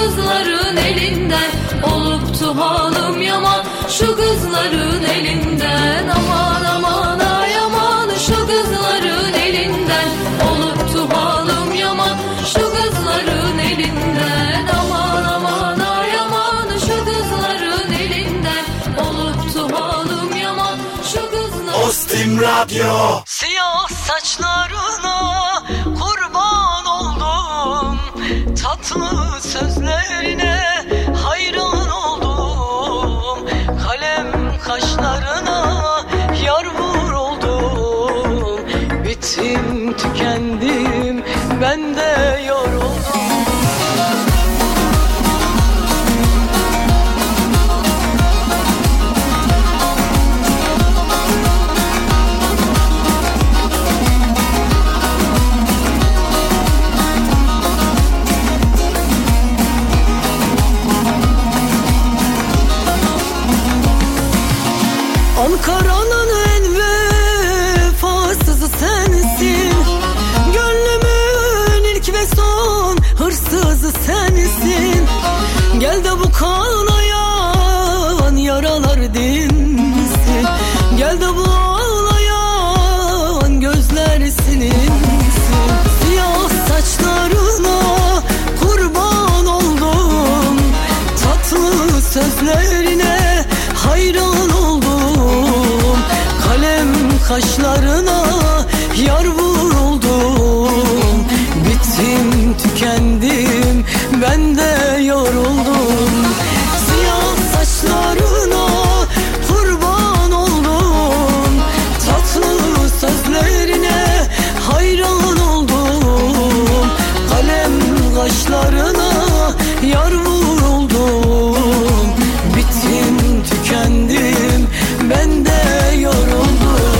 kızların elinden. Oluptu halim yaman şu kızların elinden. Aman aman ay aman şu kızların elinden. Oluptu halim yaman şu kızların elinden. Aman aman ay aman şu kızların elinden. Oluptu halim yaman şu kızların. Ostim Radyo. Siyah saçlarına kurban oldum, tatlı sözlerine hayran oldum, kalem kaşlarına yar vur oldum, bittim tükendim ben de yoruldum. Ankara'nın en vefasızı sensin, gönlümün ilk ve son hırsızı sensin. Gel de bu kanayan yaralar dinsin, gel de bu ağlayan gözler silinsin. Siyah saçlarına kurban oldum, tatlı sözlerine hayran oldum, kalem kaşlarına yar vuruldum, bittim tükendim ben de yoruldum. Siyah saçlarına kurban oldum, tatlı sözlerine hayran oldum, kalem kaşlarına yar vuruldum, bittim tükendim ben de yoruldum.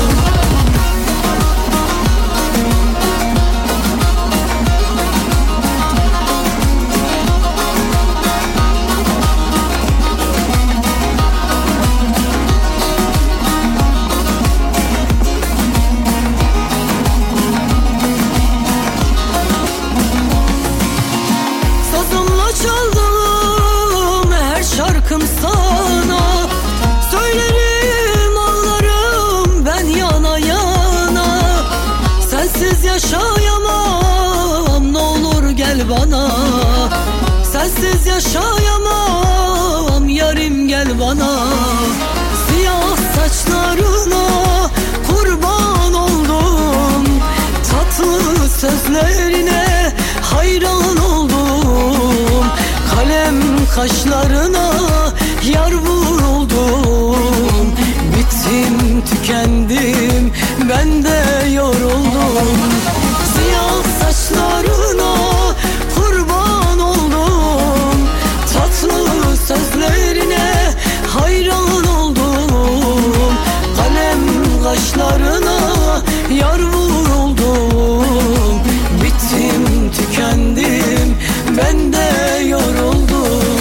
Sazımla çaldım her şarkım sana, söylerim ağlarım ben yana yana. Sensiz yaşayamam ne olur gel bana, sensiz yaşayamam yarim gel bana. Siyah saçlarına kurban oldum, tatlı sözlerine hayran oldum, kalem kaşlarına yar vuruldum, bittim tükendim ben de yoruldum. Siyah saçlarına kurban oldum, tatlı sözlerine hayran oldum, kalem kaşlarına yar vuruldum, bittim tükendim ben de yoruldum.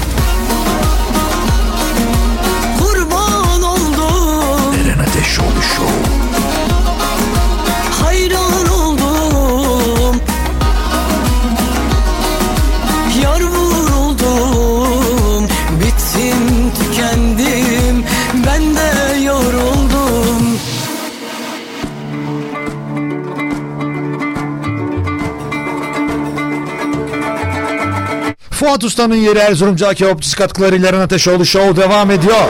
Kurban oldum Eren Ateşoğlu Show. hayran oldum, yar vuruldum, bittim tükendim ben de yoruldum. Fuat Usta'nın yeri Erzurumcu Kebapçısı katkılarıyla Eren Ateşoğlu Show devam ediyor.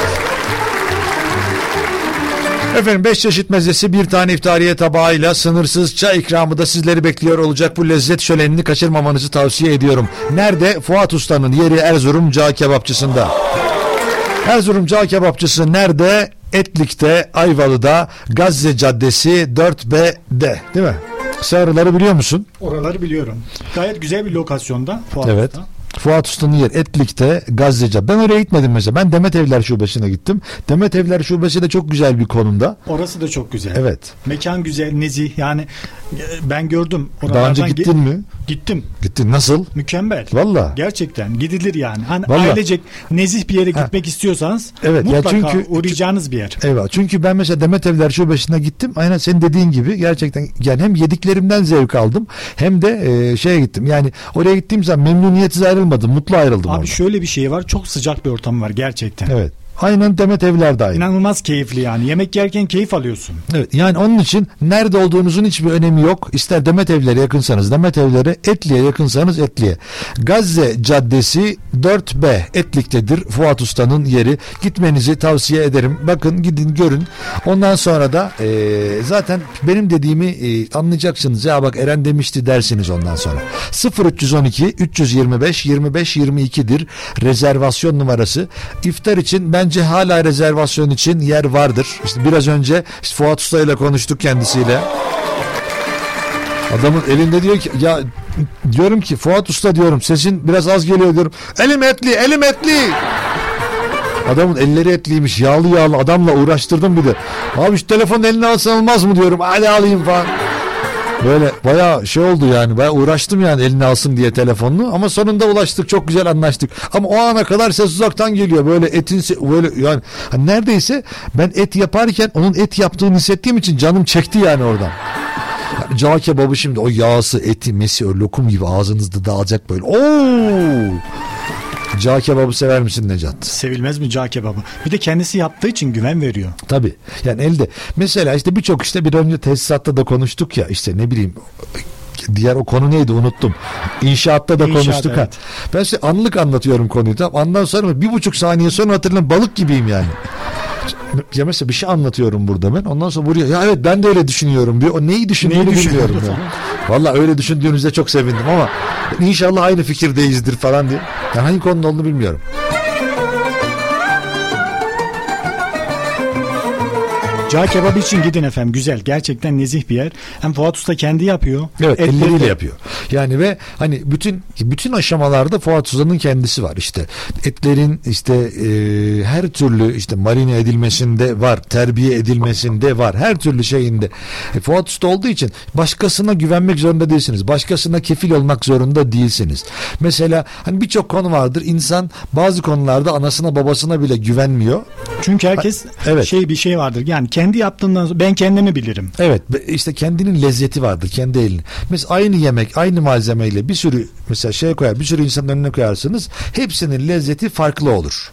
Efendim beş çeşit mezesi, bir tane iftariye tabağıyla sınırsız çay ikramı da sizleri bekliyor olacak. Bu lezzet şölenini kaçırmamanızı tavsiye ediyorum. Nerede? Fuat Usta'nın yeri Erzurumcu Kebapçısı'nda. Erzurumcu Kebapçısı nerede? Etlik'te, Ayvalı'da, Gazze Caddesi dört B'de, değil mi? Sarıları biliyor musun? Oraları biliyorum. Gayet güzel bir lokasyonda Fuat Evet. Usta. Fuat Usta'nın yer Etlik'te, Gazzeca. Ben oraya gitmedim mesela. Ben Demet Evler Şubesi'ne gittim. Demet Evler Şubesi de çok güzel bir konumda. Orası da çok güzel. Evet. Mekan güzel, nezih. Yani e, ben gördüm. Daha önce gittin ge- mi? Gittim. Gittin. Nasıl? Mükemmel. Valla. Gerçekten gidilir yani. Hani Vallahi. ailecek nezih bir yere gitmek istiyorsanız Evet, ya mutlaka çünkü- uğrayacağınız bir yer. Evet. Çünkü ben mesela Demet Evler Şubesi'ne gittim. Aynen senin dediğin gibi gerçekten yani hem yediklerimden zevk aldım hem de e, şeye gittim. Yani oraya gittiğim zaman memnuniyetsiz ayrılmadım. ayrılmadım. Mutlu ayrıldım Abi orada. şöyle bir şey var. Çok sıcak bir ortam var gerçekten. Evet. Aynen Demet Evler de aynı. İnanılmaz keyifli yani. Yemek yerken keyif alıyorsun. Evet, yani onun için nerede olduğunuzun hiçbir önemi yok. İster Demet Evler'e yakınsanız Demet Evler'e, Etli'ye yakınsanız Etli'ye. Gazze Caddesi dört B Etlik'tedir. Fuat Usta'nın yeri. Gitmenizi tavsiye ederim. Bakın, gidin, görün. Ondan sonra da e, zaten benim dediğimi e, anlayacaksınız. Ya bak Eren demişti dersiniz ondan sonra. sıfır üç on iki üç yirmi beş yirmi beş yirmi iki'dir rezervasyon numarası. İftar için ben Bence hala rezervasyon için yer vardır. İşte biraz önce işte Fuat Usta ile konuştuk kendisiyle. Adamın elinde diyor ki ya, diyorum ki Fuat Usta diyorum, sesin biraz az geliyor diyorum. Elim etli, elim etli. Adamın elleri etliymiş, yağlı yağlı, adamla uğraştırdım bir de. Abi şu telefonu eline alsan olmaz mı diyorum. Hadi alayım falan. Böyle bayağı şey oldu yani, bayağı uğraştım yani eline alsın diye telefonunu, ama sonunda ulaştık, çok güzel anlaştık. Ama o ana kadar ses uzaktan geliyor, böyle etin se- böyle yani hani neredeyse ben et yaparken onun et yaptığını hissettiğim için canım çekti yani oradan. Yani cağ kebabı şimdi o yağsı, eti, mesi, o lokum gibi ağzınızda dağılacak böyle. Oo! Cağ kebabı sever misin Necat? Sevilmez mi cağ kebabı? Bir de kendisi yaptığı için güven veriyor. Tabii. Yani elde. Mesela işte birçok işte bir önce tesisatta da konuştuk ya, işte ne bileyim diğer o konu neydi unuttum. İnşaatta da İnşaat, konuştuk. evet. Ha. Ben size anlık anlatıyorum konuyu. Tamam. Ondan sonra bir buçuk saniye sonra hatırlayan balık gibiyim yani. Ya mesela bir şey anlatıyorum burada ben. Ondan sonra buraya ya evet ben de öyle düşünüyorum diyor. O neyi düşündüğünü Neyi bilmiyorum. Yani. Vallahi öyle düşündüğünüzde çok sevindim ama inşallah aynı fikirdeyizdir falan diye. Yani hangi konuda olduğunu bilmiyorum. Cağ kebabı için gidin efendim, güzel, gerçekten nezih bir yer. Hem Fuat Usta kendi yapıyor. Evet, etleri elleriyle de yapıyor. Yani ve hani bütün bütün aşamalarda Fuat Usta'nın kendisi var. İşte etlerin işte e, her türlü işte marine edilmesinde var, terbiye edilmesinde var, her türlü şeyinde. E, Fuat Usta olduğu için başkasına güvenmek zorunda değilsiniz. Başkasına kefil olmak zorunda değilsiniz. Mesela hani birçok konu vardır. İnsan bazı konularda anasına babasına bile güvenmiyor. Çünkü herkes evet. şey bir şey vardır. Yani kendi yaptığından sonra ben kendimi bilirim. Evet, işte kendinin lezzeti vardır, kendi elinin. Mesela aynı yemek, aynı malzemeyle bir sürü mesela şey koyar, bir sürü insanın önüne koyarsınız. Hepsinin lezzeti farklı olur.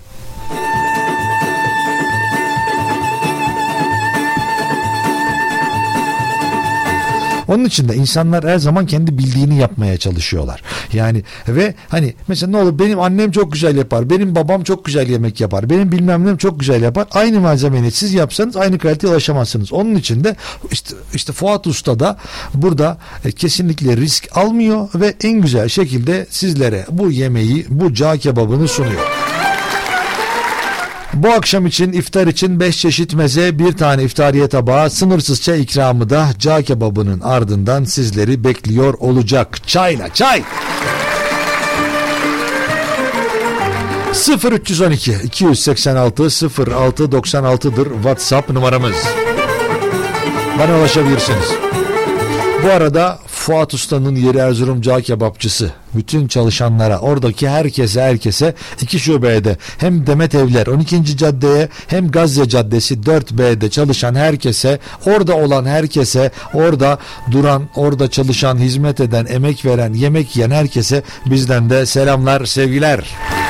Onun için de insanlar her zaman kendi bildiğini yapmaya çalışıyorlar. Yani ve hani mesela ne olur, benim annem çok güzel yapar, benim babam çok güzel yemek yapar, benim bilmem nem çok güzel yapar. Aynı malzemeyi siz yapsanız aynı kaliteye ulaşamazsınız. Onun için de işte işte Fuat Usta da burada e, kesinlikle risk almıyor ve en güzel şekilde sizlere bu yemeği, bu cağ kebabını sunuyor. Bu akşam için, iftar için beş çeşit meze, bir tane iftariye tabağı, sınırsız çay ikramı da cağ kebabının ardından sizleri bekliyor olacak. Çayla çay. sıfır üç on iki iki seksen altı sıfır altı doksan altı'dır WhatsApp numaramız. Bana ulaşabilirsiniz. Bu arada Fuat Usta'nın yeri Erzurum Cağ Kebapçısı. Bütün çalışanlara, oradaki herkese herkese iki şubede, hem Demet Evler on ikinci caddeye hem Gazze Caddesi dört B'de çalışan herkese, orada olan herkese, orada duran, orada çalışan, hizmet eden, emek veren, yemek yiyen herkese bizden de selamlar, sevgiler.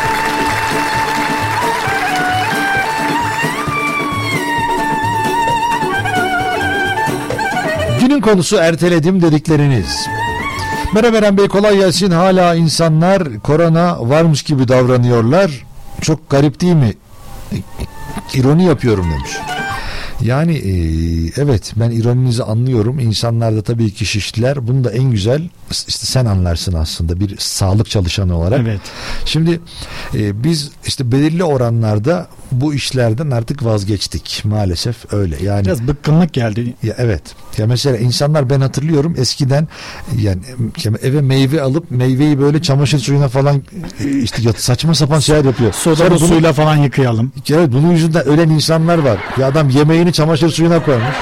Günün konusu erteledim dedikleriniz. Merhaba Eren Bey, kolay gelsin. Hala insanlar korona varmış gibi davranıyorlar. Çok garip değil mi? İroni yapıyorum demiş. Yani e, evet, ben ironinizi anlıyorum. İnsanlar da tabii ki şiştiler. Bunu da en güzel işte sen anlarsın aslında bir sağlık çalışanı olarak. Evet. Şimdi e, biz işte belirli oranlarda bu işlerden artık vazgeçtik. Maalesef öyle. Yani biraz bıkkınlık geldi. Ya evet. Ya mesela insanlar, ben hatırlıyorum eskiden yani eve meyve alıp meyveyi böyle çamaşır suyuna falan işte saçma sapan şeyler yapıyor. Sodalı suyla falan yıkayalım. Evet, bunun yüzünden ölen insanlar var. Ya adam yemeğini çamaşır suyuna koymuş.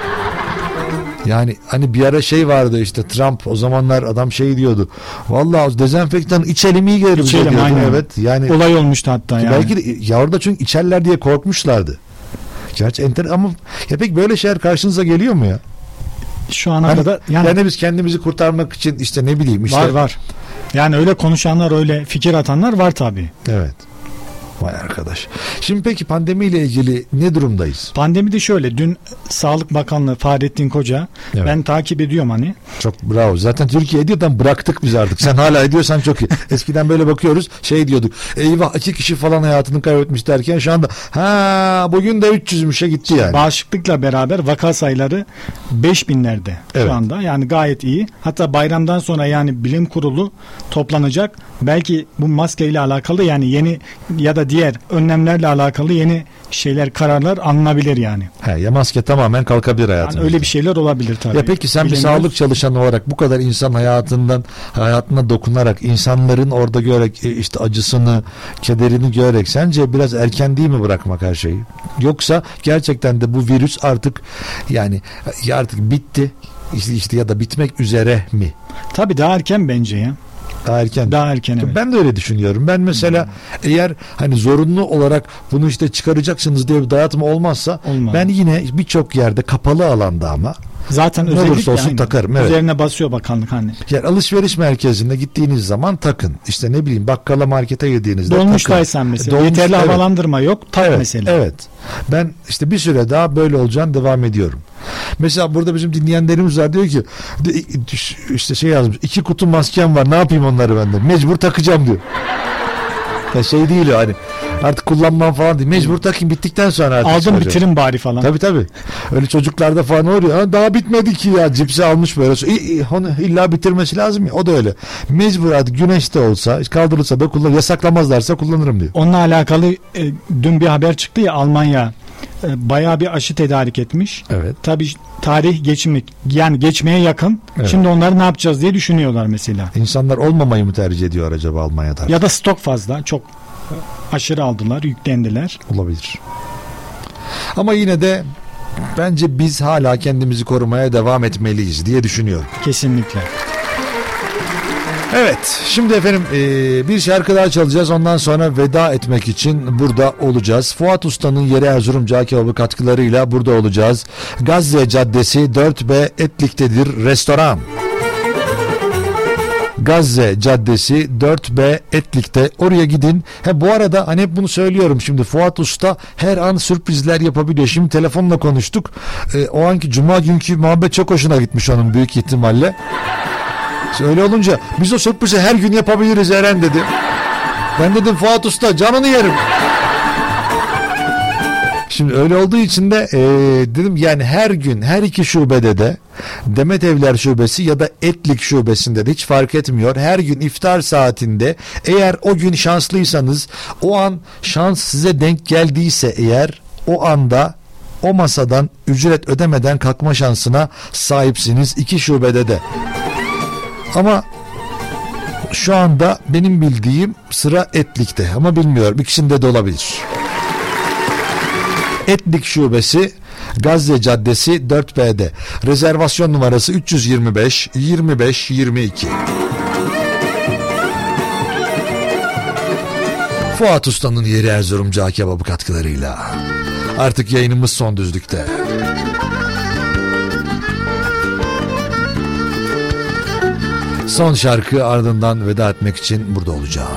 Yani hani bir ara şey vardı işte, Trump o zamanlar adam şey diyordu. Vallahi dezenfektan içelim iyi gelir. İçelim, aynen. Evet. Yani olay olmuştu hatta yani. Belki de ya orada çünkü içerler diye korkmuşlardı. Gerçi enter ama ya pek böyle şeyler karşınıza geliyor mu ya? Şu ana hani, kadar yani, yani biz kendimizi kurtarmak için işte ne bileyim işte var var. Yani öyle konuşanlar, öyle fikir atanlar var tabii. Evet. Vay arkadaş. Şimdi peki pandemiyle ilgili ne durumdayız? Pandemi de şöyle, dün Sağlık Bakanlığı Fahrettin Koca, evet. Ben takip ediyorum hani. Çok bravo. Zaten Türkiye ediyordan bıraktık biz artık. Sen hala ediyorsan çok iyi. Eskiden böyle bakıyoruz, şey diyorduk. Eyvah iki kişi falan hayatını kaybetmiş derken şu anda ha bugün de üç yüzmüşe gitti yani. Bağışıklıkla beraber vaka sayıları beş binlerde evet. Şu anda. Yani gayet iyi. Hatta bayramdan sonra yani bilim kurulu toplanacak. Belki bu maskeyle alakalı yani yeni ya da diğer önlemlerle alakalı yeni şeyler, kararlar alınabilir yani. He, ya maske tamamen kalkabilir hayatımızda. Yani öyle bir şeyler olabilir tabii. Ya peki sen Bilemiyoruz. Bir sağlık çalışanı olarak bu kadar insan hayatından hayatına dokunarak, insanların orada görerek işte acısını, kederini görerek sence biraz erken değil mi bırakmak her şeyi? Yoksa gerçekten de bu virüs artık yani artık bitti işte, işte ya da bitmek üzere mi? Tabii daha erken bence ya. Daha erken. Daha erken evet. Ben de öyle düşünüyorum. Ben mesela hmm. eğer hani zorunlu olarak bunu işte çıkaracaksınız diye bir dayatma olmazsa Olmaz. Ben yine birçok yerde kapalı alanda ama zaten ne olursa olsun yani, takarım. Evet. Üzerine basıyor bakanlık hani. Yani alışveriş merkezinde gittiğiniz zaman takın. İşte ne bileyim bakkala markete girdiğinizde dolmuştaysan mesela. Dolmuş, yeterli evet. havalandırma yok. Tak evet, mesela. Evet. Ben işte bir süre daha böyle olacağını devam ediyorum. Mesela burada bizim dinleyenlerimiz var diyor ki işte şey yazmış, iki kutu maskem var, ne yapayım onları benden, mecbur takacağım diyor. Ya şey değil hani artık kullanmam falan değil, mecbur takayım, bittikten sonra artık aldım çıkacağım. Bitirin bari falan. Tabii tabii. Öyle çocuklarda falan oluyor. Daha bitmedi ki ya, cipsi almış böyle. İlla bitirmesi lazım ya. O da öyle. Mecbur artık güneşte olsa, kaldırılsa da kullan, yasaklamazlarsa kullanırım diyor. Onunla alakalı e, dün bir haber çıktı ya, Almanya e, bayağı bir aşı tedarik etmiş. Evet. Tabii tarih geçimlik, yani geçmeye yakın. Evet. Şimdi onları ne yapacağız diye düşünüyorlar mesela. İnsanlar olmamayı mı tercih ediyor acaba Almanya'da? Ya da stok fazla, çok aşırı aldılar, yüklendiler. Olabilir. Ama yine de bence biz hala kendimizi korumaya devam etmeliyiz diye düşünüyorum. Kesinlikle. Evet, şimdi efendim bir şarkı daha çalacağız. Ondan sonra veda etmek için burada olacağız. Fuat Usta'nın Yeri Erzurum Cağ Kebabı katkılarıyla burada olacağız. Gazze Caddesi dört B Etlik'tedir restoran. Gazze Caddesi dört B Etlik'te, oraya gidin. He, bu arada hani hep bunu söylüyorum, şimdi Fuat Usta her an sürprizler yapabiliyor. Şimdi telefonla konuştuk. E, o anki cuma günkü muhabbet çok hoşuna gitmiş onun büyük ihtimalle. Öyle olunca biz o sürprizi her gün yapabiliriz Eren dedi. Ben dedim Fuat Usta canını yerim. Şimdi öyle olduğu için de e, dedim yani her gün her iki şubede de, Demet Evler Şubesi ya da Etlik Şubesinde de hiç fark etmiyor. Her gün iftar saatinde, eğer o gün şanslıysanız, o an şans size denk geldiyse eğer, o anda o masadan ücret ödemeden kalkma şansına sahipsiniz iki şubede de. Ama şu anda benim bildiğim sıra Etlik'te, ama bilmiyorum, ikisinde de olabilir. Etlik Şubesi Gazze Caddesi dört B'de. Rezervasyon numarası üç yüz yirmi beş yirmi beş yirmi iki. Fuat Usta'nın Yeri Erzurum Cağ Kebabı katkılarıyla artık yayınımız son düzlükte. Son şarkı ardından veda etmek için burada olacağım.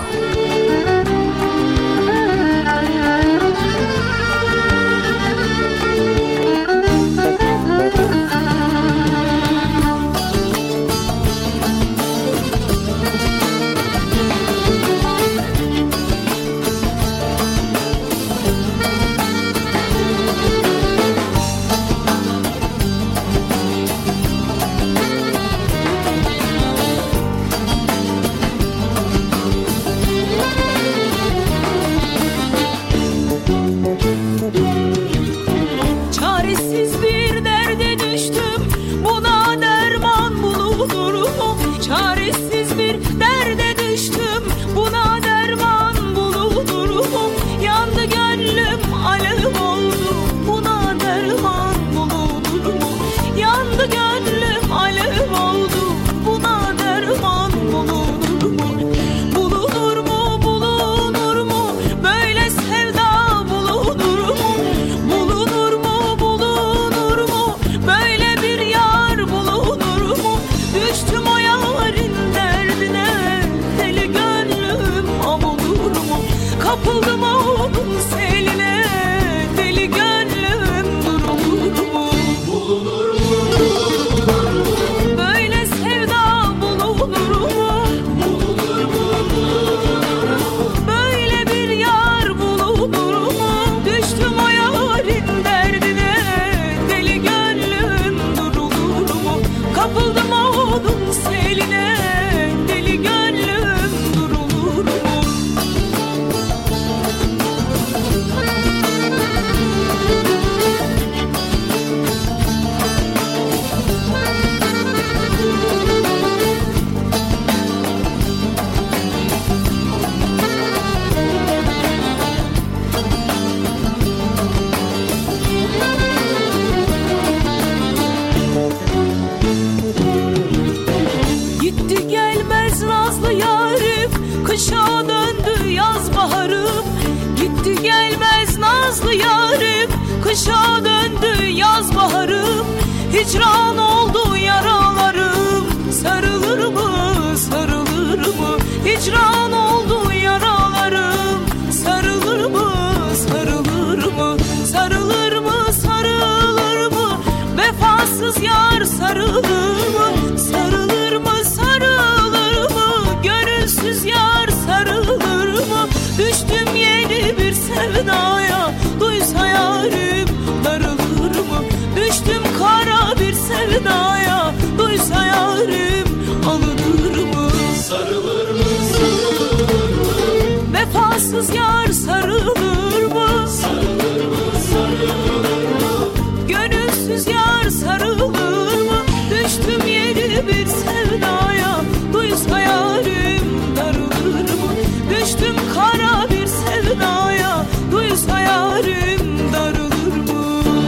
kışa döndü yaz baharım, hicran oldu yaralarım. Sarılır mı, sarılır mı, hicran oldu yaralarım. Sarılır mı, sarılır mı, sarılır mı, sarılır mı, vefasız yar sarılır mı? Sarılır mı, sarılır mı, gönülsüz yar sarılır mı? Düştüm yeni bir sevdaya, duysa yarim darılır mı? Düştüm kara bir sevdaya, duysa yarim alınır mı? Sarılır mı, sarılır mı, vefasız yar sarılır mı? Sarılır mı, sarılır mı, gönülsüz yar sarılır mı? Düştüm yeni bir sevdaya, duysa yarim darılır mı? Düştüm kara bir sevdaya, duysa yarim darılır mı?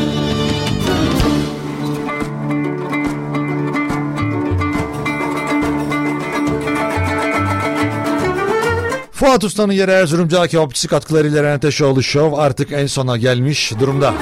Fuat Usta'nın yeri Erzurum Cağ Kebapçısı katkılarıyla Eren Ateşoğlu Show artık en sona gelmiş durumda.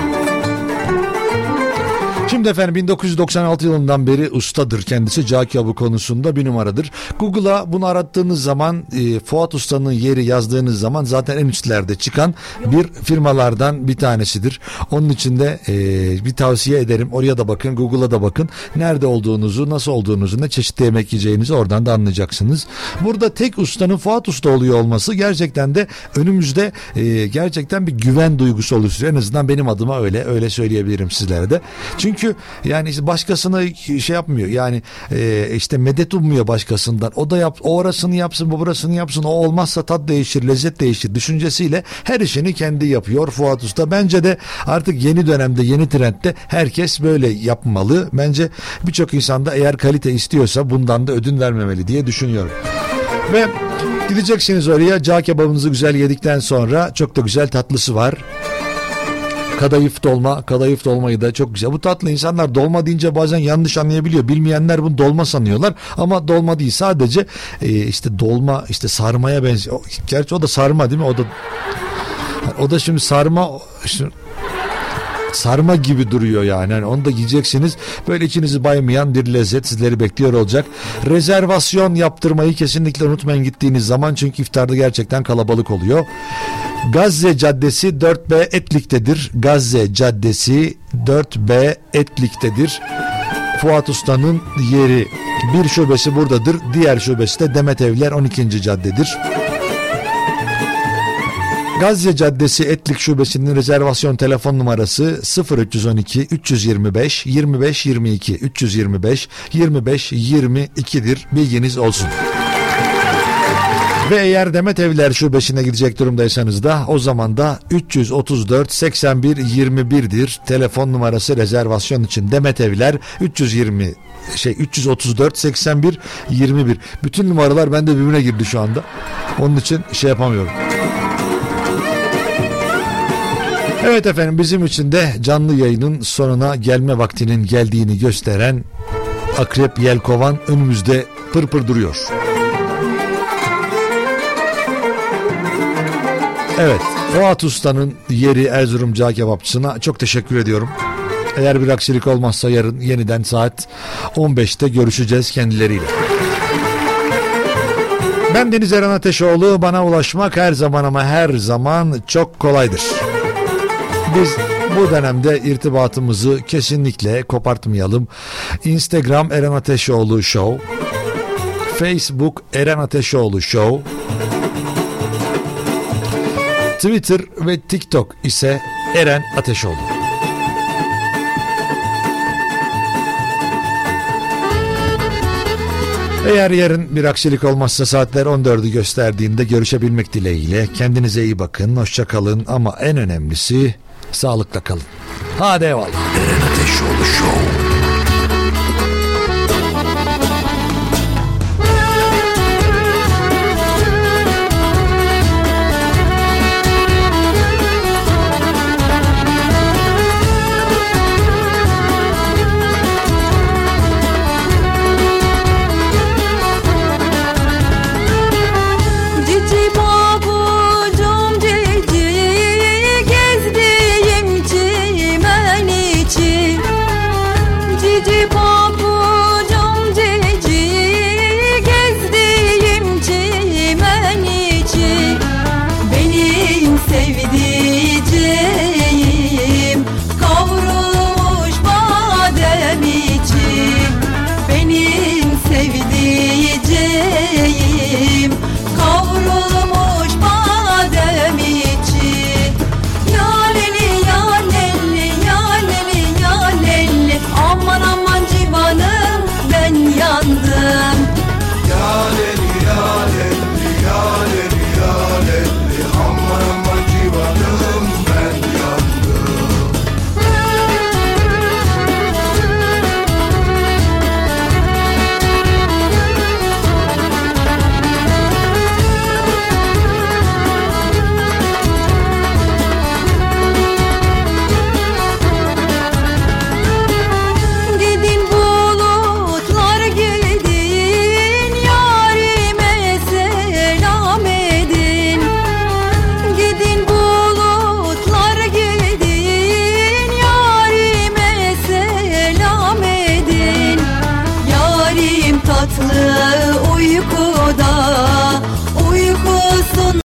Şimdi efendim bin dokuz yüz doksan altı yılından beri ustadır kendisi, cağ kebabı konusunda bir numaradır. Google'a bunu arattığınız zaman e, Fuat Usta'nın yeri yazdığınız zaman zaten en üstlerde çıkan bir firmalardan bir tanesidir. Onun için de e, bir tavsiye ederim, oraya da bakın, Google'a da bakın. Nerede olduğunuzu, nasıl olduğunuzu, ne çeşitli yemek yiyeceğinizi oradan da anlayacaksınız. Burada tek ustanın Fuat Usta oluyor olması gerçekten de önümüzde e, gerçekten bir güven duygusu oluşturuyor. En azından benim adıma öyle öyle söyleyebilirim sizlere de. Çünkü Çünkü yani işte başkasına şey yapmıyor. Yani e, işte medet ummuyor başkasından. O da yap, o orasını yapsın, bu burasını yapsın. O olmazsa tat değişir, lezzet değişir düşüncesiyle her işini kendi yapıyor Fuat Usta. Bence de artık yeni dönemde, yeni trendde herkes böyle yapmalı. Bence birçok insan da eğer kalite istiyorsa bundan da ödün vermemeli diye düşünüyorum. Ve gideceksiniz oraya, cağ kebabınızı güzel yedikten sonra çok da güzel tatlısı var. Kadayıf dolma, kadayıf dolmayı da çok güzel. Bu tatlı insanlar dolma deyince bazen yanlış anlayabiliyor. Bilmeyenler bunu dolma sanıyorlar ama dolma değil, sadece e, işte dolma, işte sarmaya benziyor. Gerçi o da sarma değil mi? O da o da şimdi sarma işte, sarma gibi duruyor yani. yani onu da yiyeceksiniz. Böyle içinizi baymayan bir lezzet sizleri bekliyor olacak. Rezervasyon yaptırmayı kesinlikle unutmayın gittiğiniz zaman, çünkü iftarda gerçekten kalabalık oluyor. Gazze Caddesi dört B Etlik'tedir. Gazze Caddesi dört B Etlik'tedir. Fuat Usta'nın yeri, bir şubesi buradadır. Diğer şubesi de Demet Evler on ikinci caddedir. Gazze Caddesi Etlik Şubesi'nin rezervasyon telefon numarası sıfır üç on iki üç yirmi beş yirmi beş yirmi iki üç yirmi beş yirmi beş yirmi iki'dir. Bilginiz olsun. Ve eğer Demet Evler Şubesi'ne gidecek durumdaysanız da o zaman da üç otuz dört seksen bir yirmi bir'dir. Telefon numarası rezervasyon için Demet Evler üç yüz yirmi şey üç otuz dört seksen bir yirmi bir. Bütün numaralar bende birbirine girdi şu anda. Onun için şey yapamıyorum. Evet efendim, bizim için de canlı yayının sonuna gelme vaktinin geldiğini gösteren Akrep Yelkovan önümüzde pırpır duruyor. Evet, Fuat Usta'nın yeri Erzurum Cağ Kebapçısı'na çok teşekkür ediyorum. Eğer bir aksilik olmazsa yarın yeniden saat on beş'te görüşeceğiz kendileriyle. Ben Deniz Eren Ateşoğlu. Bana ulaşmak her zaman ama her zaman çok kolaydır. Biz bu dönemde irtibatımızı kesinlikle kopartmayalım. Instagram Eren Ateşoğlu Show, Facebook Eren Ateşoğlu Show, Twitter ve TikTok ise Eren Ateşoğlu. Eğer yarın bir aksilik olmazsa saatler on dörd'ü gösterdiğinde görüşebilmek dileğiyle. Kendinize iyi bakın, hoşça kalın ama en önemlisi sağlıkla kalın. Hadi eyvallah. Eren Ateşoğlu Show.